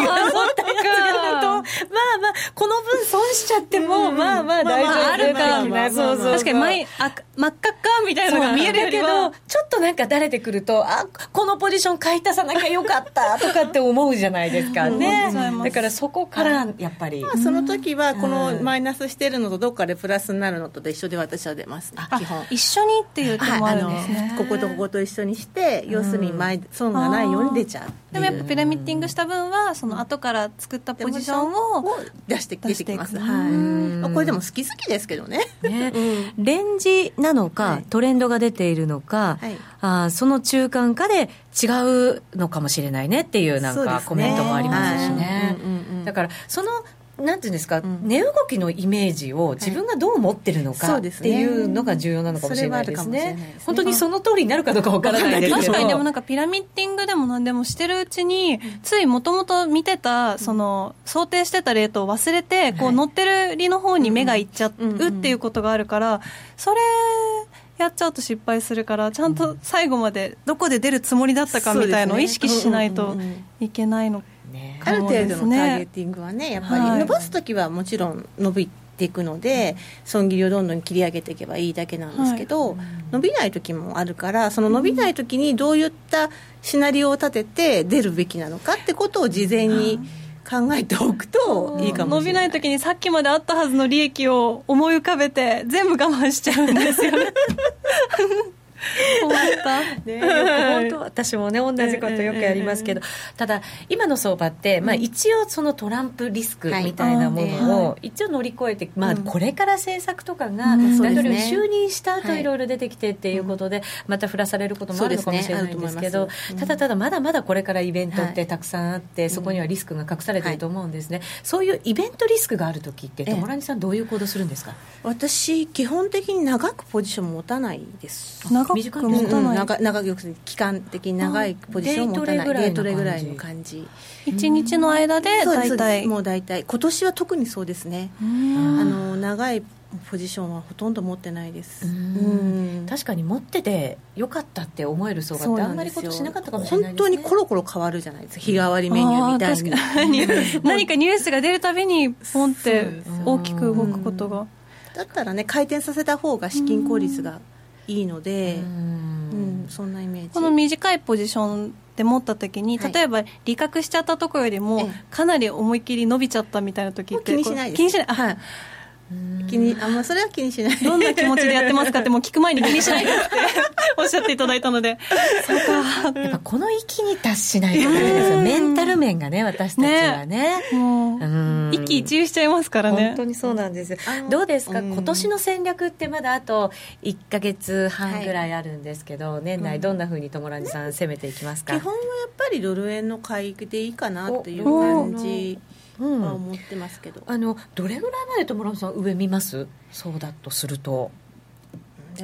この分損しちゃってもまあ大丈夫、 あるか、そう確かに真っ赤っかみたいなのが見えるよりは、 ちょっとなんか慣れてくると、このポジション買い足さなきゃよかったとかって思うじゃないですかね。だからそこからやっぱり、 その時はこのマイナスしてるのとどっかでプラスになるのと一緒で私は出ますね、基本一緒にっていう手もあるんですね、 こことここと一緒にして、要するに損がないように出ちゃう。 でもやっぱピラミッティングした分はその後から作ったポジションを出てきます。これでも好きですけどね。 レンジなのか、トレンドが出ているのか、その中間かで違うのかもしれないねっていうなんかコメントもありますしね。だからそのなんていうんですか、値動きのイメージを自分がどう持ってるのかっていうのが重要なのかもしれないですね。本当にその通りになるかどうかわからないですけど、 確かにでもなんかピラミッティングでも何でもしてるうちに、ついもともと見てたその想定してたレートを忘れて、こう乗ってる利の方に目がいっちゃうっていうことがあるから、それやっちゃうと失敗するから、ちゃんと最後までどこで出るつもりだったかみたいのを意識しないといけないの。 ある程度のターゲティングはね、やっぱり伸ばすときはもちろん伸びていくので、損切りをどんどん切り上げていけばいいだけなんですけど、伸びないときもあるから、その伸びないときにどういったシナリオを立てて出るべきなのかってことを事前に考えておくといいかもしれない。 伸びないときにさっきまであったはずの利益を思い浮かべて全部我慢しちゃうんですよね。 本当私もね同じことよくやりますけど、ただ今の相場って、一応そのトランプリスクみたいなものを一応乗り越えて、これから政策とかが大統領に就任した後いろいろ出てきてっていうことで、また振らされることもあるのかもしれないんですけど、ただまだまだこれからイベントってたくさんあって、そこにはリスクが隠されていると思うんですね。そういうイベントリスクがあるときって友谷さんどういう行動するんですか？ 私基本的に長くポジション持たないです。 短く持たない、 長く期間的に長いポジションを持たない、デイトレぐらいの感じ、 1日の間で大体、 もう大体今年は特にそうですね。長いポジションはほとんど持ってないです。 確かに持っててよかったって思える相場ってあんまりことしなかったかもしれないですね。 本当にコロコロ変わるじゃないですか、日替わりメニューみたいに。 何かニュースが出るたびにポンって大きく動くことが、 だったらね、回転させた方が資金効率がいいので、そんなイメージ。 この短いポジションで持った時に、例えば利確しちゃったところよりもかなり思いっきり伸びちゃったみたいな時って、 気にしないです。 気にしない、 それは気にしない。 どんな気持ちでやってますかってもう聞く前に気にしないですっておっしゃっていただいたので、 そうか、やっぱこの域に達しないとダメですよ。メンタル面がね、私たちはね、 もう一喜一憂しちゃいますからね。 本当にそうなんですよ。どうですか、今年の戦略ってまだあと1ヶ月半ぐらいあるんですけど、年内どんな風に友谷さん攻めていきますか？ 基本はやっぱりドル円の買いでいいかなっていう感じは思ってますけど、 どれぐらいまで友谷さん上見ます？そうだとすると、 でも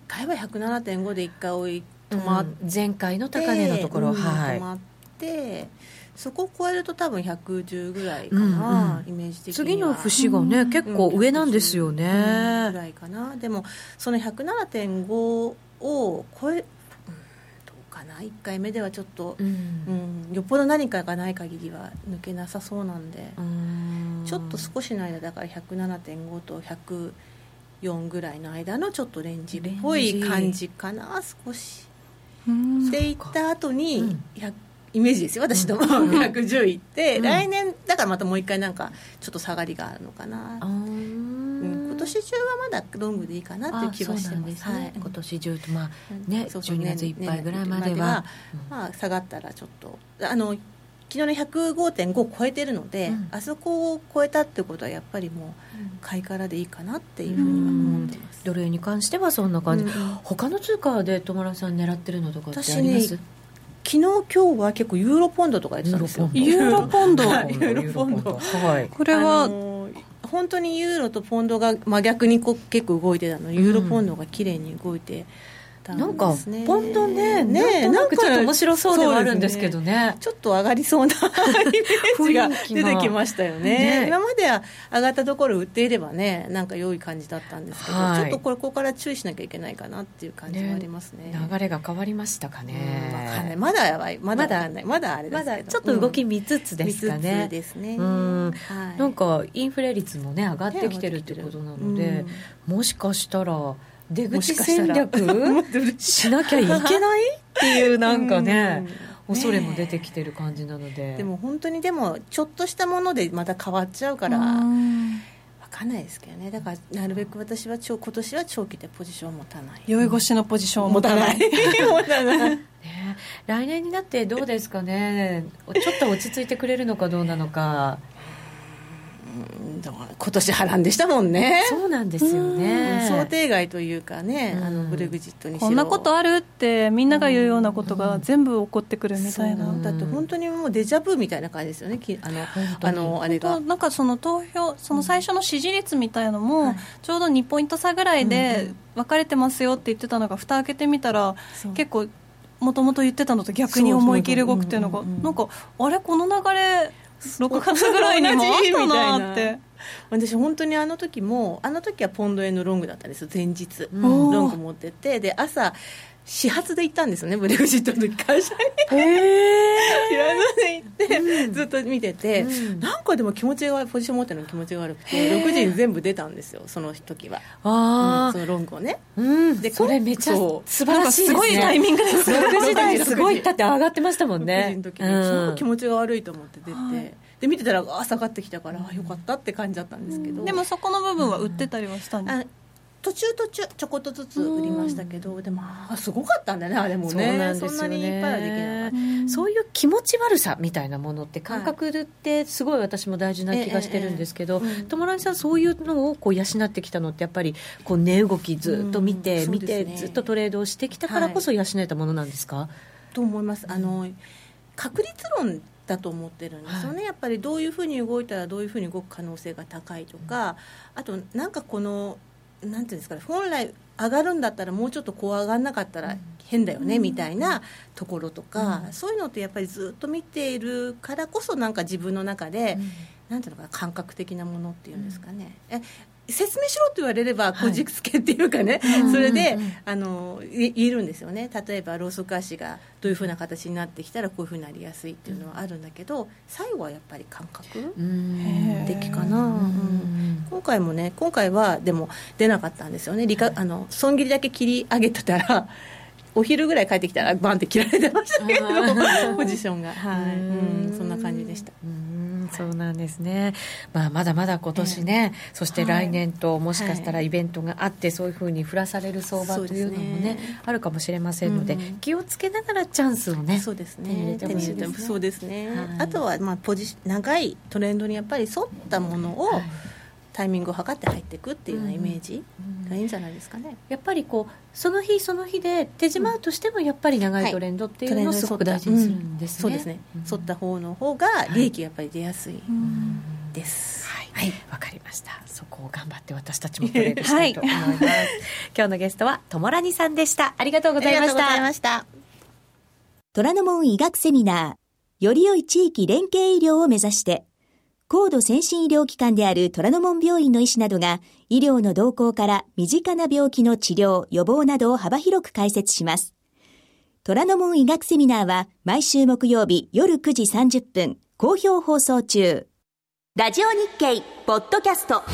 回は 107.5 で1回止まって、 前回の高値のところ、 止まってそこを超えると多分110ぐらいかな、イメージ的には次の節がね、結構上なんですよね、 ぐらいかな。でもその 107.5 を超えどうかな、1回目ではちょっと、よっぽど何かがない限りは抜けなさそうなんで、ちょっと少しの間だから 107.5 と104ぐらいの間のちょっとレンジっぽい感じかな、少しでいった後にイメージですよ、私の110いって、来年だからまたもう一回なんかちょっと下がりがあるのかな、今年中はまだロングでいいかなっていう気はしてます。 今年中と、12月いっぱいぐらいまでは、 下がったらちょっと昨日の 105.5 を超えてるので、あそこを超えたってことはやっぱりもう買いからでいいかなっていうふうには思ってます。 ドル円に関してはそんな感じ、他の通貨で友達さん狙ってるのとかってあります？ 昨日今日は結構ユーロポンドとかやってたんですよ。 ユーロポンドユーロポンド、 これは本当にユーロとポンドが真逆に結構動いてたのに、ユーロポンドが綺麗に動いてなんかポンドね、なんかちょっと面白そうではあるんですけどね、 ちょっと上がりそうなイメージが出てきましたよね。今までは上がったところ売っていればね、なんか良い感じだったんですけど、ちょっとここから注意しなきゃいけないかなっていう感じはありますね。 流れが変わりましたかね。 わかんない、まだやばい、まだわかんない、まだあれですけど、 まだちょっと動き見つつですかね。 見つつですね。 なんかインフレ率もね上がってきてるってことなので、もしかしたら出口戦略しなきゃいけないっていうなんかね、恐れも出てきてる感じなので、 でも本当にちょっとしたものでまた変わっちゃうから分かんないですけどね。だからなるべく私は今年は長期でポジションを持たない、 酔い越しのポジションを持たない来年になってどうですかね、ちょっと落ち着いてくれるのかどうなのか。 今年波乱でしたもんね。 そうなんですよね、 想定外というかね、ブレグジットにしろこんなことあるってみんなが言うようなことが全部起こってくるみたいな、 だって本当にもうデジャブみたいな感じですよね。あれがなんかその投票、その最初の支持率みたいのも、ちょうど2ポイント差ぐらいで分かれてますよって言ってたのが、蓋開けてみたら結構もともと言ってたのと逆に思い切り動くっていうのが、なんかあれこの流れ6月ぐらいにもあったなって。 私本当にあの時はポンド円のロングだったんですよ、前日、ロング持ってて、で朝始発で行ったんですよね、ブレグジットの時会社に始発で行って、ずっと見てて、なんかでも気持ちがポジション持ってるの気持ちが悪くて、6時に全部出たんですよ、その時は。そのロングをね、 でそれめっちゃ素晴らしいですね。 すごいタイミングですね。 6時台すごいだって上がってましたもんね。 6時の時にすごく気持ちが悪いと思って出て、で見てたら下がってきたから、よかったって感じだったんですけど、 でもそこの部分は売ってたりはしたんですか？ 途中ちょこっとずつ売りましたけど、でもすごかったんだね、あれもね。 そうなんですよね。 そんなにいっぱいはできなかった。 そういう気持ち悪さみたいなものって感覚ってすごい私も大事な気がしてるんですけど、友達さんそういうのをこう養ってきたのってやっぱりこう値動きずっと見て、ずっとトレードをしてきたからこそ養えたものなんですか？ と思います。確率論だと思ってるんですよね、やっぱりどういうふうに動いたらどういうふうに動く可能性が高いとか、あとなんかこのなんていうんですかね、本来上がるんだったらもうちょっとこう上がらなかったら変だよねみたいなところとか、そういうのってやっぱりずっと見ているからこそ、なんか自分の中で、なんていうのかな、感覚的なものっていうんですかね、説明しろって言われればこじつけっていうかね、それで言えるんですよね。例えばローソク足がどういうふうな形になってきたらこういうふうになりやすいっていうのはあるんだけど、最後はやっぱり感覚的かな。今回はでも出なかったんですよね。損切りだけ切り上げてたらお昼ぐらい帰ってきたらバンって切られてましたけどポジションが、そんな感じでした。 そうなんですね。まだまだ今年ね、そして来年ともしかしたらイベントがあって、そういうふうに振らされる相場というのもね、あるかもしれませんので、気をつけながらチャンスをね、手に入れてほしいですね。 そうですね。あとは長いトレンドにやっぱり沿ったものをタイミングを測って入っていくっていうようなイメージがいいんじゃないですかね。 やっぱりこうその日その日で手締まうとしてもやっぱり長いトレンドっていうのをすごく大事にするんですね。 そうですね。沿った方の方が利益がやっぱり出やすいです。 はい、わかりました。そこを頑張って私たちもトレードしたいと思います、はい、今日のゲストは友ラニさんでした。ありがとうございました。ありがとうございました。 虎ノ門医学セミナー、より良い地域連携医療を目指して、高度先進医療機関である虎ノ門病院の医師などが、医療の動向から身近な病気の治療、予防などを幅広く解説します。虎ノ門医学セミナーは毎週木曜日夜9時30分、好評放送中。ラジオ日経ポッドキャスト。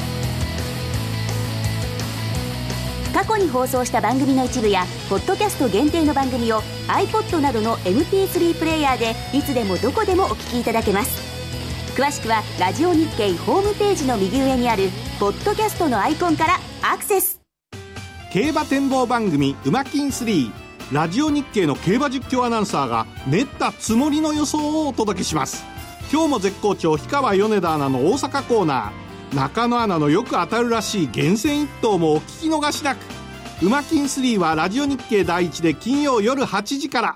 過去に放送した番組の一部やポッドキャスト限定の番組を iPod などの MP3 プレイヤーでいつでもどこでもお聞きいただけます。詳しくはラジオ日経ホームページの右上にあるポッドキャストのアイコンからアクセス。 競馬展望番組ウマキン3、ラジオ日経の競馬実況アナウンサーが練ったつもりの予想をお届けします。今日も絶好調、氷川米田アナの大阪コーナー、中野アナのよく当たるらしい厳選一頭もお聞き逃しなく。ウマキン3はラジオ日経第一で金曜夜8時から。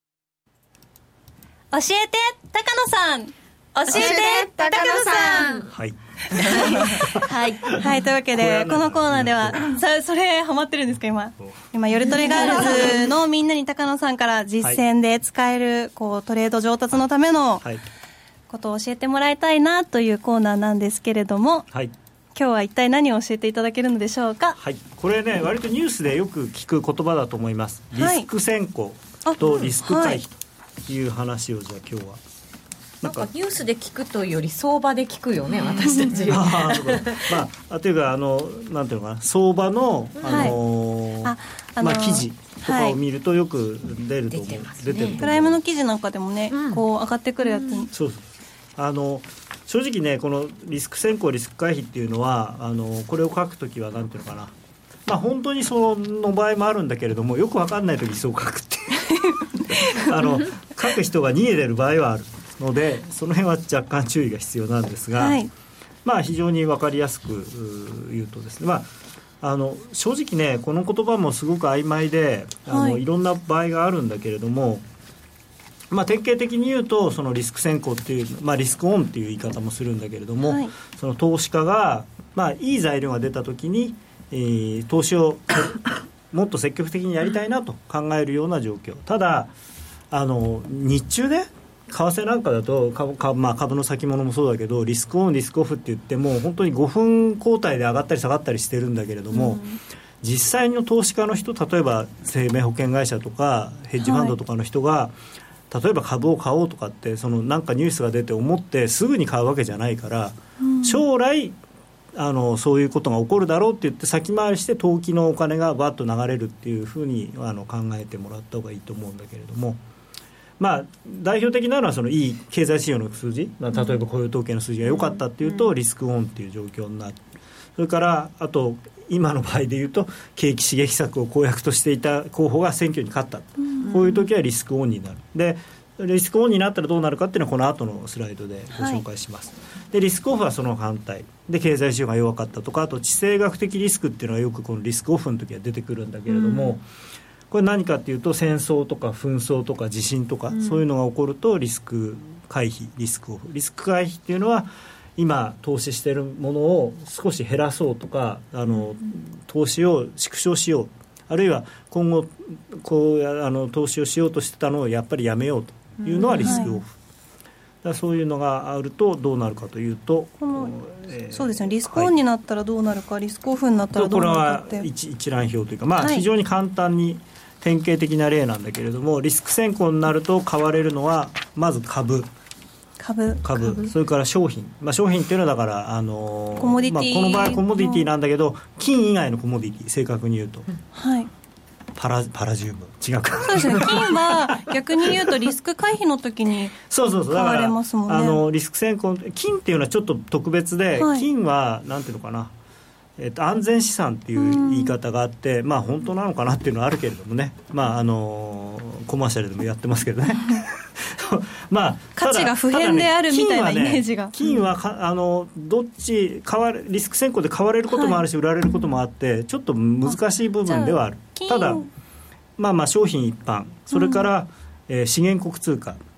教えて高野さん、教えて高野さん。 はいはい、はい、というわけでこのコーナーではそれハマってるんですか今夜トレガールズのみんなに高野さんから実践で使えるこうトレード上達のためのことを教えてもらいたいなというコーナーなんですけれども、はい、今日は一体何を教えていただけるのでしょうか。 はい、これね割とニュースでよく聞く言葉だと思います。リスク先行とリスク回避という話をじゃあ今日はなんかニュースで聞くというより相場で聞くよね私たちというかなんていうのかな、相場の、記事とかを見るとよく出ると思う、出てると思う。 プライムの記事なんかでもね、こう上がってくるやつに、 そう正直ねこのリスク先行リスク回避っていうのはこれを書くときはなんていうのかな、本当にその場合もあるんだけれどもよく分かんないときそう書くっていう書く人が逃げてる場合はあるので、その辺は若干注意が必要なんですが、非常に分かりやすく言うとですね、正直ねこの言葉もすごく曖昧でいろんな場合があるんだけれども、典型的に言うとそのリスク先行っていう、リスクオンっていう言い方もするんだけれども、その投資家が、いい材料が出た時に、投資をもっと積極的にやりたいなと考えるような状況。ただ日中で為替なんかだと株の先物もそうだけどリスクオンリスクオフって言っても本当に5分交代で上がったり下がったりしてるんだけれども、実際の投資家の人、例えば生命保険会社とかヘッジファンドとかの人が、例えば株を買おうとかってなんかニュースが出て思ってすぐに買うわけじゃないから、将来そういうことが起こるだろうって言って先回りして投機のお金がバッと流れるっていうふうに考えてもらった方がいいと思うんだけれども、代表的なのはそのいい経済指標の数字、例えば雇用統計の数字が良かったっていうとリスクオンっていう状況になる。それからあと今の場合でいうと景気刺激策を公約としていた候補が選挙に勝った、こういう時はリスクオンになる。でリスクオンになったらどうなるかっていうのはこの後のスライドでご紹介します、でリスクオフはその反対で経済指標が弱かったとか、あと地政学的リスクっていうのがよくこのリスクオフの時は出てくるんだけれども、これ何かっていうと戦争とか紛争とか地震とか、そういうのが起こるとリスク回避リスクオフ。リスク回避っていうのは今投資しているものを少し減らそうとか投資を縮小しよう、あるいは今後投資をしようとしてたのをやっぱりやめようというのはリスクオフ、だそういうのがあるとどうなるかというとそうですね、リスクオンになったらどうなるか、リスクオフになったらどうなるかって、 これは一覧表というか、非常に簡単に典型的な例なんだけれども、リスク先行になると買われるのはまず株、それから商品、商品っていうのはだからコモディティ、 この場合コモディティなんだけど金以外のコモディティ、正確に言うと、パラジウム違うか。 そうですね、金は逆に言うとリスク回避の時に買われますもんね。 だからリスク先行、金っていうのはちょっと特別で、金はなんていうのかな、安全資産っていう言い方があって、本当なのかなっていうのはあるけれどもね、コマーシャルでもやってますけどね価値が不変であるみたいなイメージが、 金はどっちリスク先行で買われることもあるし、売られることもあってちょっと難しい部分ではある。ただ商品一般、それから、資源国通貨、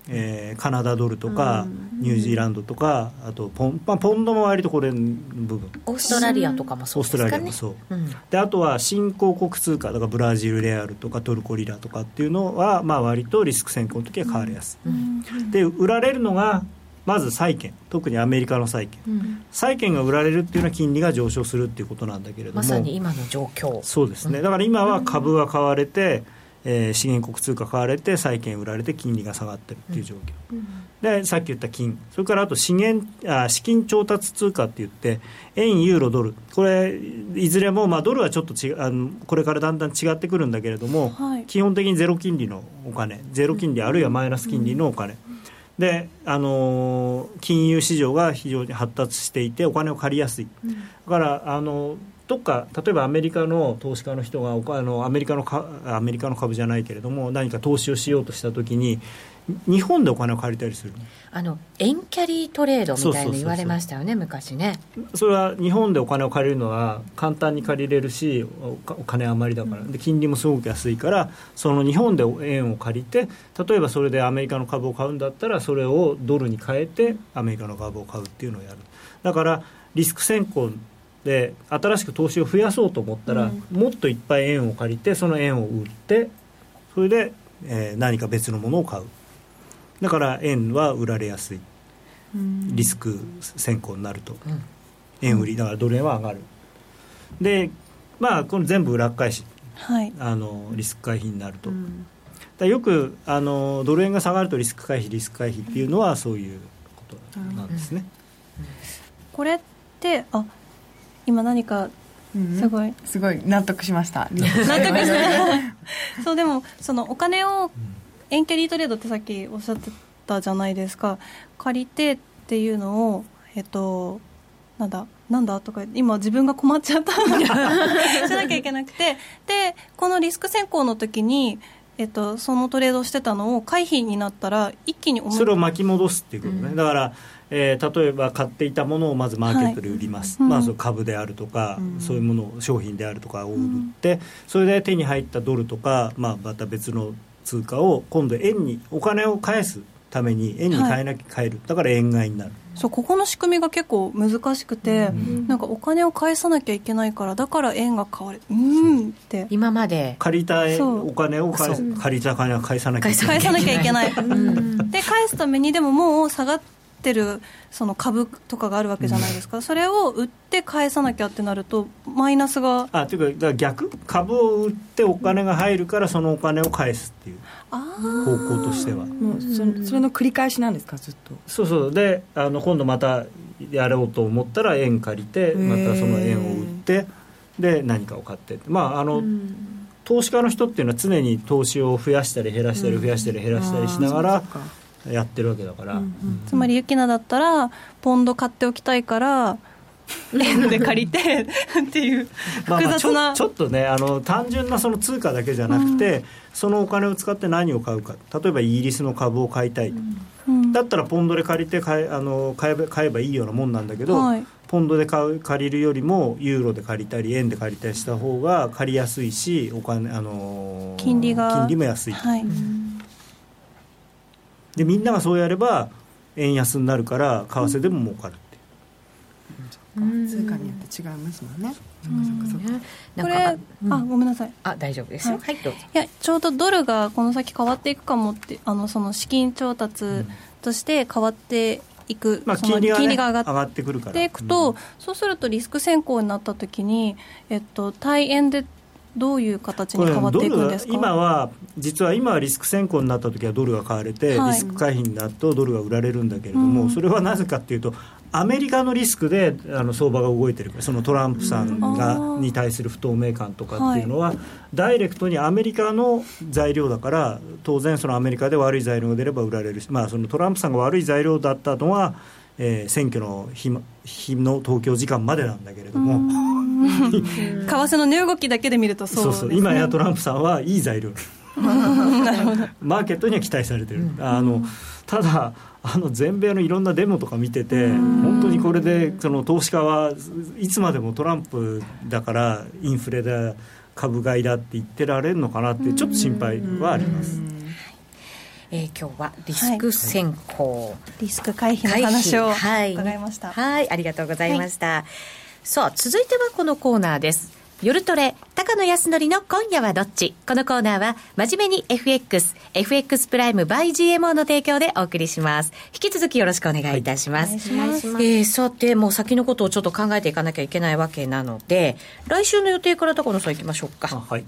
カナダドルとか、ニュージーランドとか、あとポンドも割とこれの部分、 オーストラリアとかもそうですかね。 オーストラリアもそう、であとは新興国通貨だからブラジルレアルとかトルコリラとかっていうのは、割とリスク先行の時は買われやすい、で売られるのがまず債券、特にアメリカの債券、債券が売られるっていうのは金利が上昇するっていうことなんだけれども、 まさに今の状況。 そうですね、だから今は株が買われて、資源国通貨買われて債券売られて金利が下がってるっていう状況、でさっき言った金、それからあと資金調達通貨って言って円、ユーロ、ドル、これいずれも、ドルはちょっとこれからだんだん違ってくるんだけれども、基本的にゼロ金利のお金、ゼロ金利あるいはマイナス金利のお金、で金融市場が非常に発達していてお金を借りやすい、だからどっか例えばアメリカの投資家の人がアメリカの株じゃないけれども何か投資をしようとしたときに日本でお金を借りたりする、 円キャリートレードみたいに言われましたよね、昔ね。 それは日本でお金を借りるのは簡単に借りれるし、お金余りだから、で金利もすごく安いから、その日本で円を借りて、例えばそれでアメリカの株を買うんだったらそれをドルに変えてアメリカの株を買うっていうのをやる。だからリスク先行で新しく投資を増やそうと思ったら、もっといっぱい円を借りてその円を売ってそれで、何か別のものを買う。だから円は売られやすい、リスク先行になると、円売りだからドル円は上がる。でこの全部裏返し、リスク回避になると、だよくドル円が下がるとリスク回避っていうのはそういうことなんですね、 これって今何かすごい納得しましたそう、でもそのお金を円キャリートレードってさっきおっしゃってたじゃないですか。借りてっていうのをなんだとか今自分が困っちゃったしなきゃいけなくて、でこのリスク先行の時にそのトレードをしてたのを回避になったら一気にそれを巻き戻すっていうことね、だから例えば買っていたものをまずマーケットで売ります、その株であるとか、そういうものを商品であるとかを売って、それで手に入ったドルとか、また別の通貨を今度円にお金を返すために円に変える、だから円買いになる。 そう、ここの仕組みが結構難しくて、なんかお金を返さなきゃいけないからだから円が買われるって今まで借りたお金を借りた金は返さなきゃいけないで返すためにでももう下がってるその株とかがあるわけじゃないですか、それを売って返さなきゃってなるとマイナスがというか、だから逆、株を売ってお金が入るからそのお金を返すっていう方向としてはもうそれの繰り返しなんですか、ずっと。 そうで今度またやろうと思ったら円借りてまたその円を売ってで何かを買って投資家の人っていうのは常に投資を増やしたり減らしたり増やしたり減らしたりしながらやってるわけだから、 つまりユキナだったらポンド買っておきたいから円で借りてっていう複雑な、 ちょっとね単純なその通貨だけじゃなくて、そのお金を使って何を買うか、例えばイギリスの株を買いたい、だったらポンドで借りて買えばいいようなもんなんだけど、ポンドで借りるよりもユーロで借りたり円で借りたりした方が借りやすいし、金利も安い、でみんながそうやれば円安になるから為替でも儲かるって通貨によって違いますもんね。 これごめんなさい、 大丈夫ですよ、はい、どうぞ。 いや、ちょうどドルがこの先変わっていくかもってその資金調達として変わっていく、 金利が上がってくるからでいくと、そうするとリスク先行になった時に、対円でどういう形に変わっていくんですか。 今はリスク先行になった時はドルが買われて、リスク回避になるとドルが売られるんだけれども、それはなぜかっていうとアメリカのリスクで相場が動いてるから、そのトランプさんに対する不透明感とかっていうのは、ダイレクトにアメリカの材料だから、当然そのアメリカで悪い材料が出れば売られるし、そのトランプさんが悪い材料だったのは、選挙の日の東京時間までなんだけれども為替の値動きだけで見るとそうですね。 今やトランプさんはいい材料なるほど。マーケットには期待されてる、ただ全米のいろんなデモとか見てて、本当にこれでその投資家はいつまでもトランプだからインフレだ株買いだって言ってられるのかなってちょっと心配はあります。 今日はリスク先行、 リスク回避の話を伺いました。 はい、ありがとうございました。さあ続いてはこのコーナーです。夜トレ高野康則の今夜はどっち。このコーナーは真面目に FX プライム by GMO の提供でお送りします。引き続きよろしくお願いいたします。さてもう先のことをちょっと考えていかなきゃいけないわけなので、来週の予定から高野さんいきましょうか。 はい、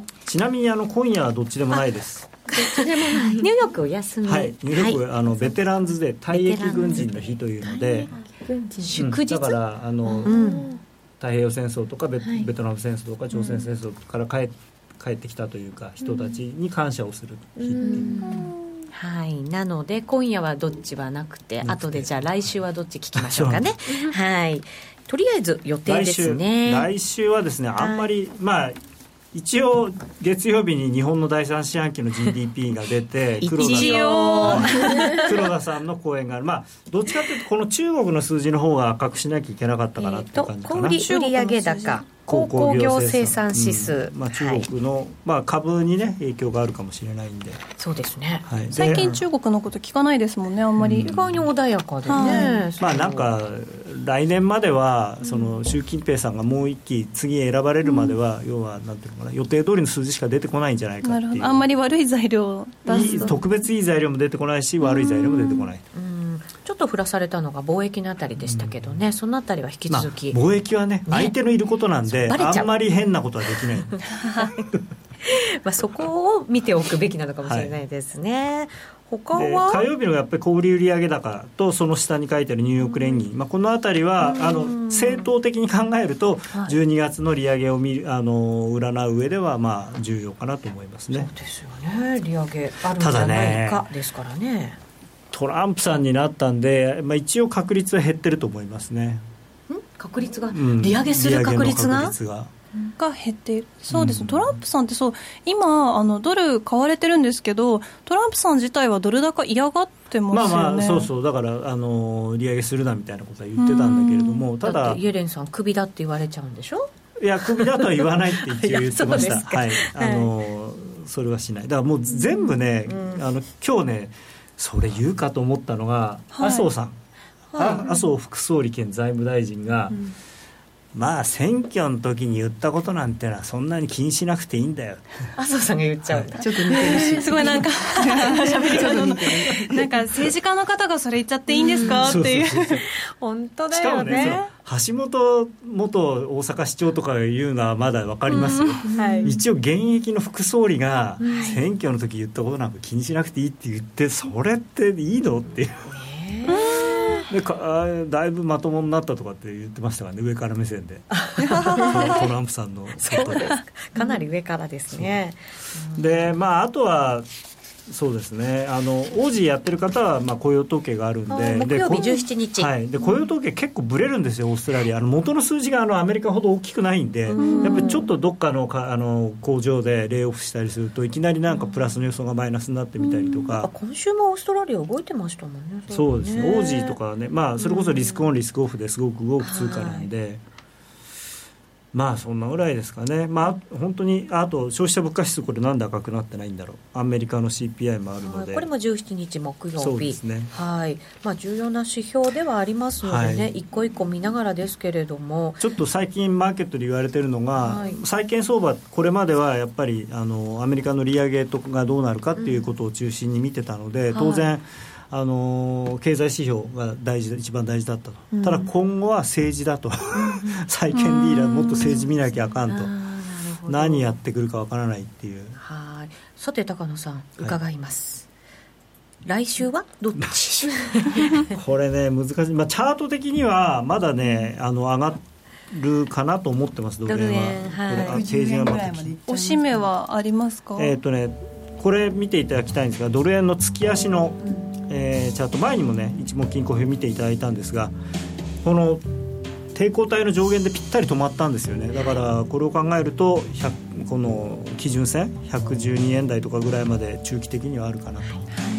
ちなみに今夜はどっちでもないです。 ニューヨークお休み、 ニューヨーク、ベテランズで退役軍人の日というので、 祝日、 だから太平洋戦争とか ベトナム戦争とか朝鮮戦争から帰ってきたというか人たちに感謝をする日っていう、 はい、なので今夜はどっちはなくて後でじゃあ来週はどっち聞きましょうかね。はい、とりあえず予定ですね。 来週はですね、あんまり一応月曜日に日本の第3四半期の GDP が出て黒田さんの講演がある。どっちかというとこの中国の数字の方が赤くしなきゃいけなかったかなっていう感じかな。 小売上高鉱工業生産指数、 中国の、株にね影響があるかもしれないんで。 そうですね、 はい、最近中国のこと聞かないですもんね、あんまり。 意外に穏やかでね、 なんか来年まではその習近平さんがもう一期次選ばれるまでは、要はなんていうのかな、予定通りの数字しか出てこないんじゃないかっていう。 あんまり悪い材料を出す特別いい材料も出てこないし悪い材料も出てこない。 ちょっと振らされたのが貿易のあたりでしたけどね、そのあたりは引き続き、 貿易はね相手のいることなんで、あんまり変なことはできないそこを見ておくべきなのかもしれないですね。他は火曜日のやっぱり小売売上高とその下に書いてあるニューヨーク連銀、このあたりは正当的に考えると12月の利上げを占う上では重要かなと思いますね。 そうですよね、利上げあるんじゃないかですからね。 トランプさんになったんで、一応確率は減ってると思いますね。 確率が、利上げする確率が減っている。そうですね、トランプさんって今ドル買われてるんですけど、トランプさん自体はドル高嫌がってますよね。 そうだから利上げするなみたいなことは言ってたんだけれども、ただイエレンさんクビだって言われちゃうんでしょ。 いやクビだとは言わないって一応言ってましたはい、それはしない。だからもう全部ね、今日ねそれ言うかと思ったのが、麻生さん、麻生副総理兼財務大臣が、選挙の時に言ったことなんてのはそんなに気にしなくていいんだよ。 麻生さんが言っちゃうんだ、 ちょっと似てるしすごいなんか喋り方のなんか政治家の方がそれ言っちゃっていいんですかっていう。 本当だよね。 しかもね、橋本元大阪市長とか言うのはまだ分かりますよ、一応現役の副総理が選挙の時言ったことなんか気にしなくていいって言って、それっていいのっていう、でだいぶまともになったとかって言ってましたからね、上から目線でトランプさんのそうですかなり上からですね。 であとはそうですね、オジーやってる方は雇用統計があるんで、 木曜日17日、 で雇用統計結構ブレるんですよ、オーストラリア。元の数字がアメリカほど大きくないんで、やっぱりちょっとどっかの工場でレイオフしたりするといきなりなんかプラスの予想がマイナスになってみたりとか、 今週もオーストラリア動いてましたもんね。 そうですね、オージーとかはね、それこそリスクオンリスクオフですごく動く通貨なんで、そんなぐらいですかね。本当にあと消費者物価指数、これなんで赤くなってないんだろう。アメリカの CPI もあるので、 これも17日木曜日、 そうですね、 重要な指標ではありますのでね、一個一個見ながらですけれども、 ちょっと最近マーケットで言われてるのが、債券相場、これまではやっぱりアメリカの利上げとかがどうなるかっていうことを中心に見てたので、当然経済指標が一番大事だったと、ただ今後は政治だと債券リーダーもっと政治見なきゃあかんと、何やってくるかわからないっていう。 さて高野さん伺います、来週はどっちこれね難しい、チャート的にはまだね上がるかなと思ってます。ドル円は 60円ぐらいまでいっちゃいます。 おしめはありますか。 これ見ていただきたいんですが、ドル円の月足のチャート、前にもね一目金衡表見ていただいたんですが、この抵抗体の上限でぴったり止まったんですよね。だからこれを考えるとこの基準線112円台とかぐらいまで中期的にはあるかなと。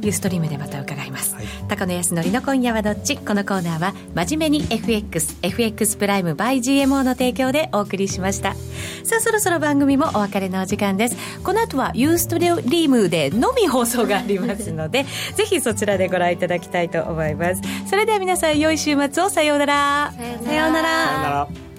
ユーストリームでまた伺います、高野康則の今夜はどっち。このコーナーは真面目に FX プライム by GMO の提供でお送りしました。さあそろそろ番組もお別れのお時間です。この後はユーストリームでのみ放送がありますのでぜひそちらでご覧いただきたいと思います。それでは皆さん良い週末を。さようなら。 さようなら。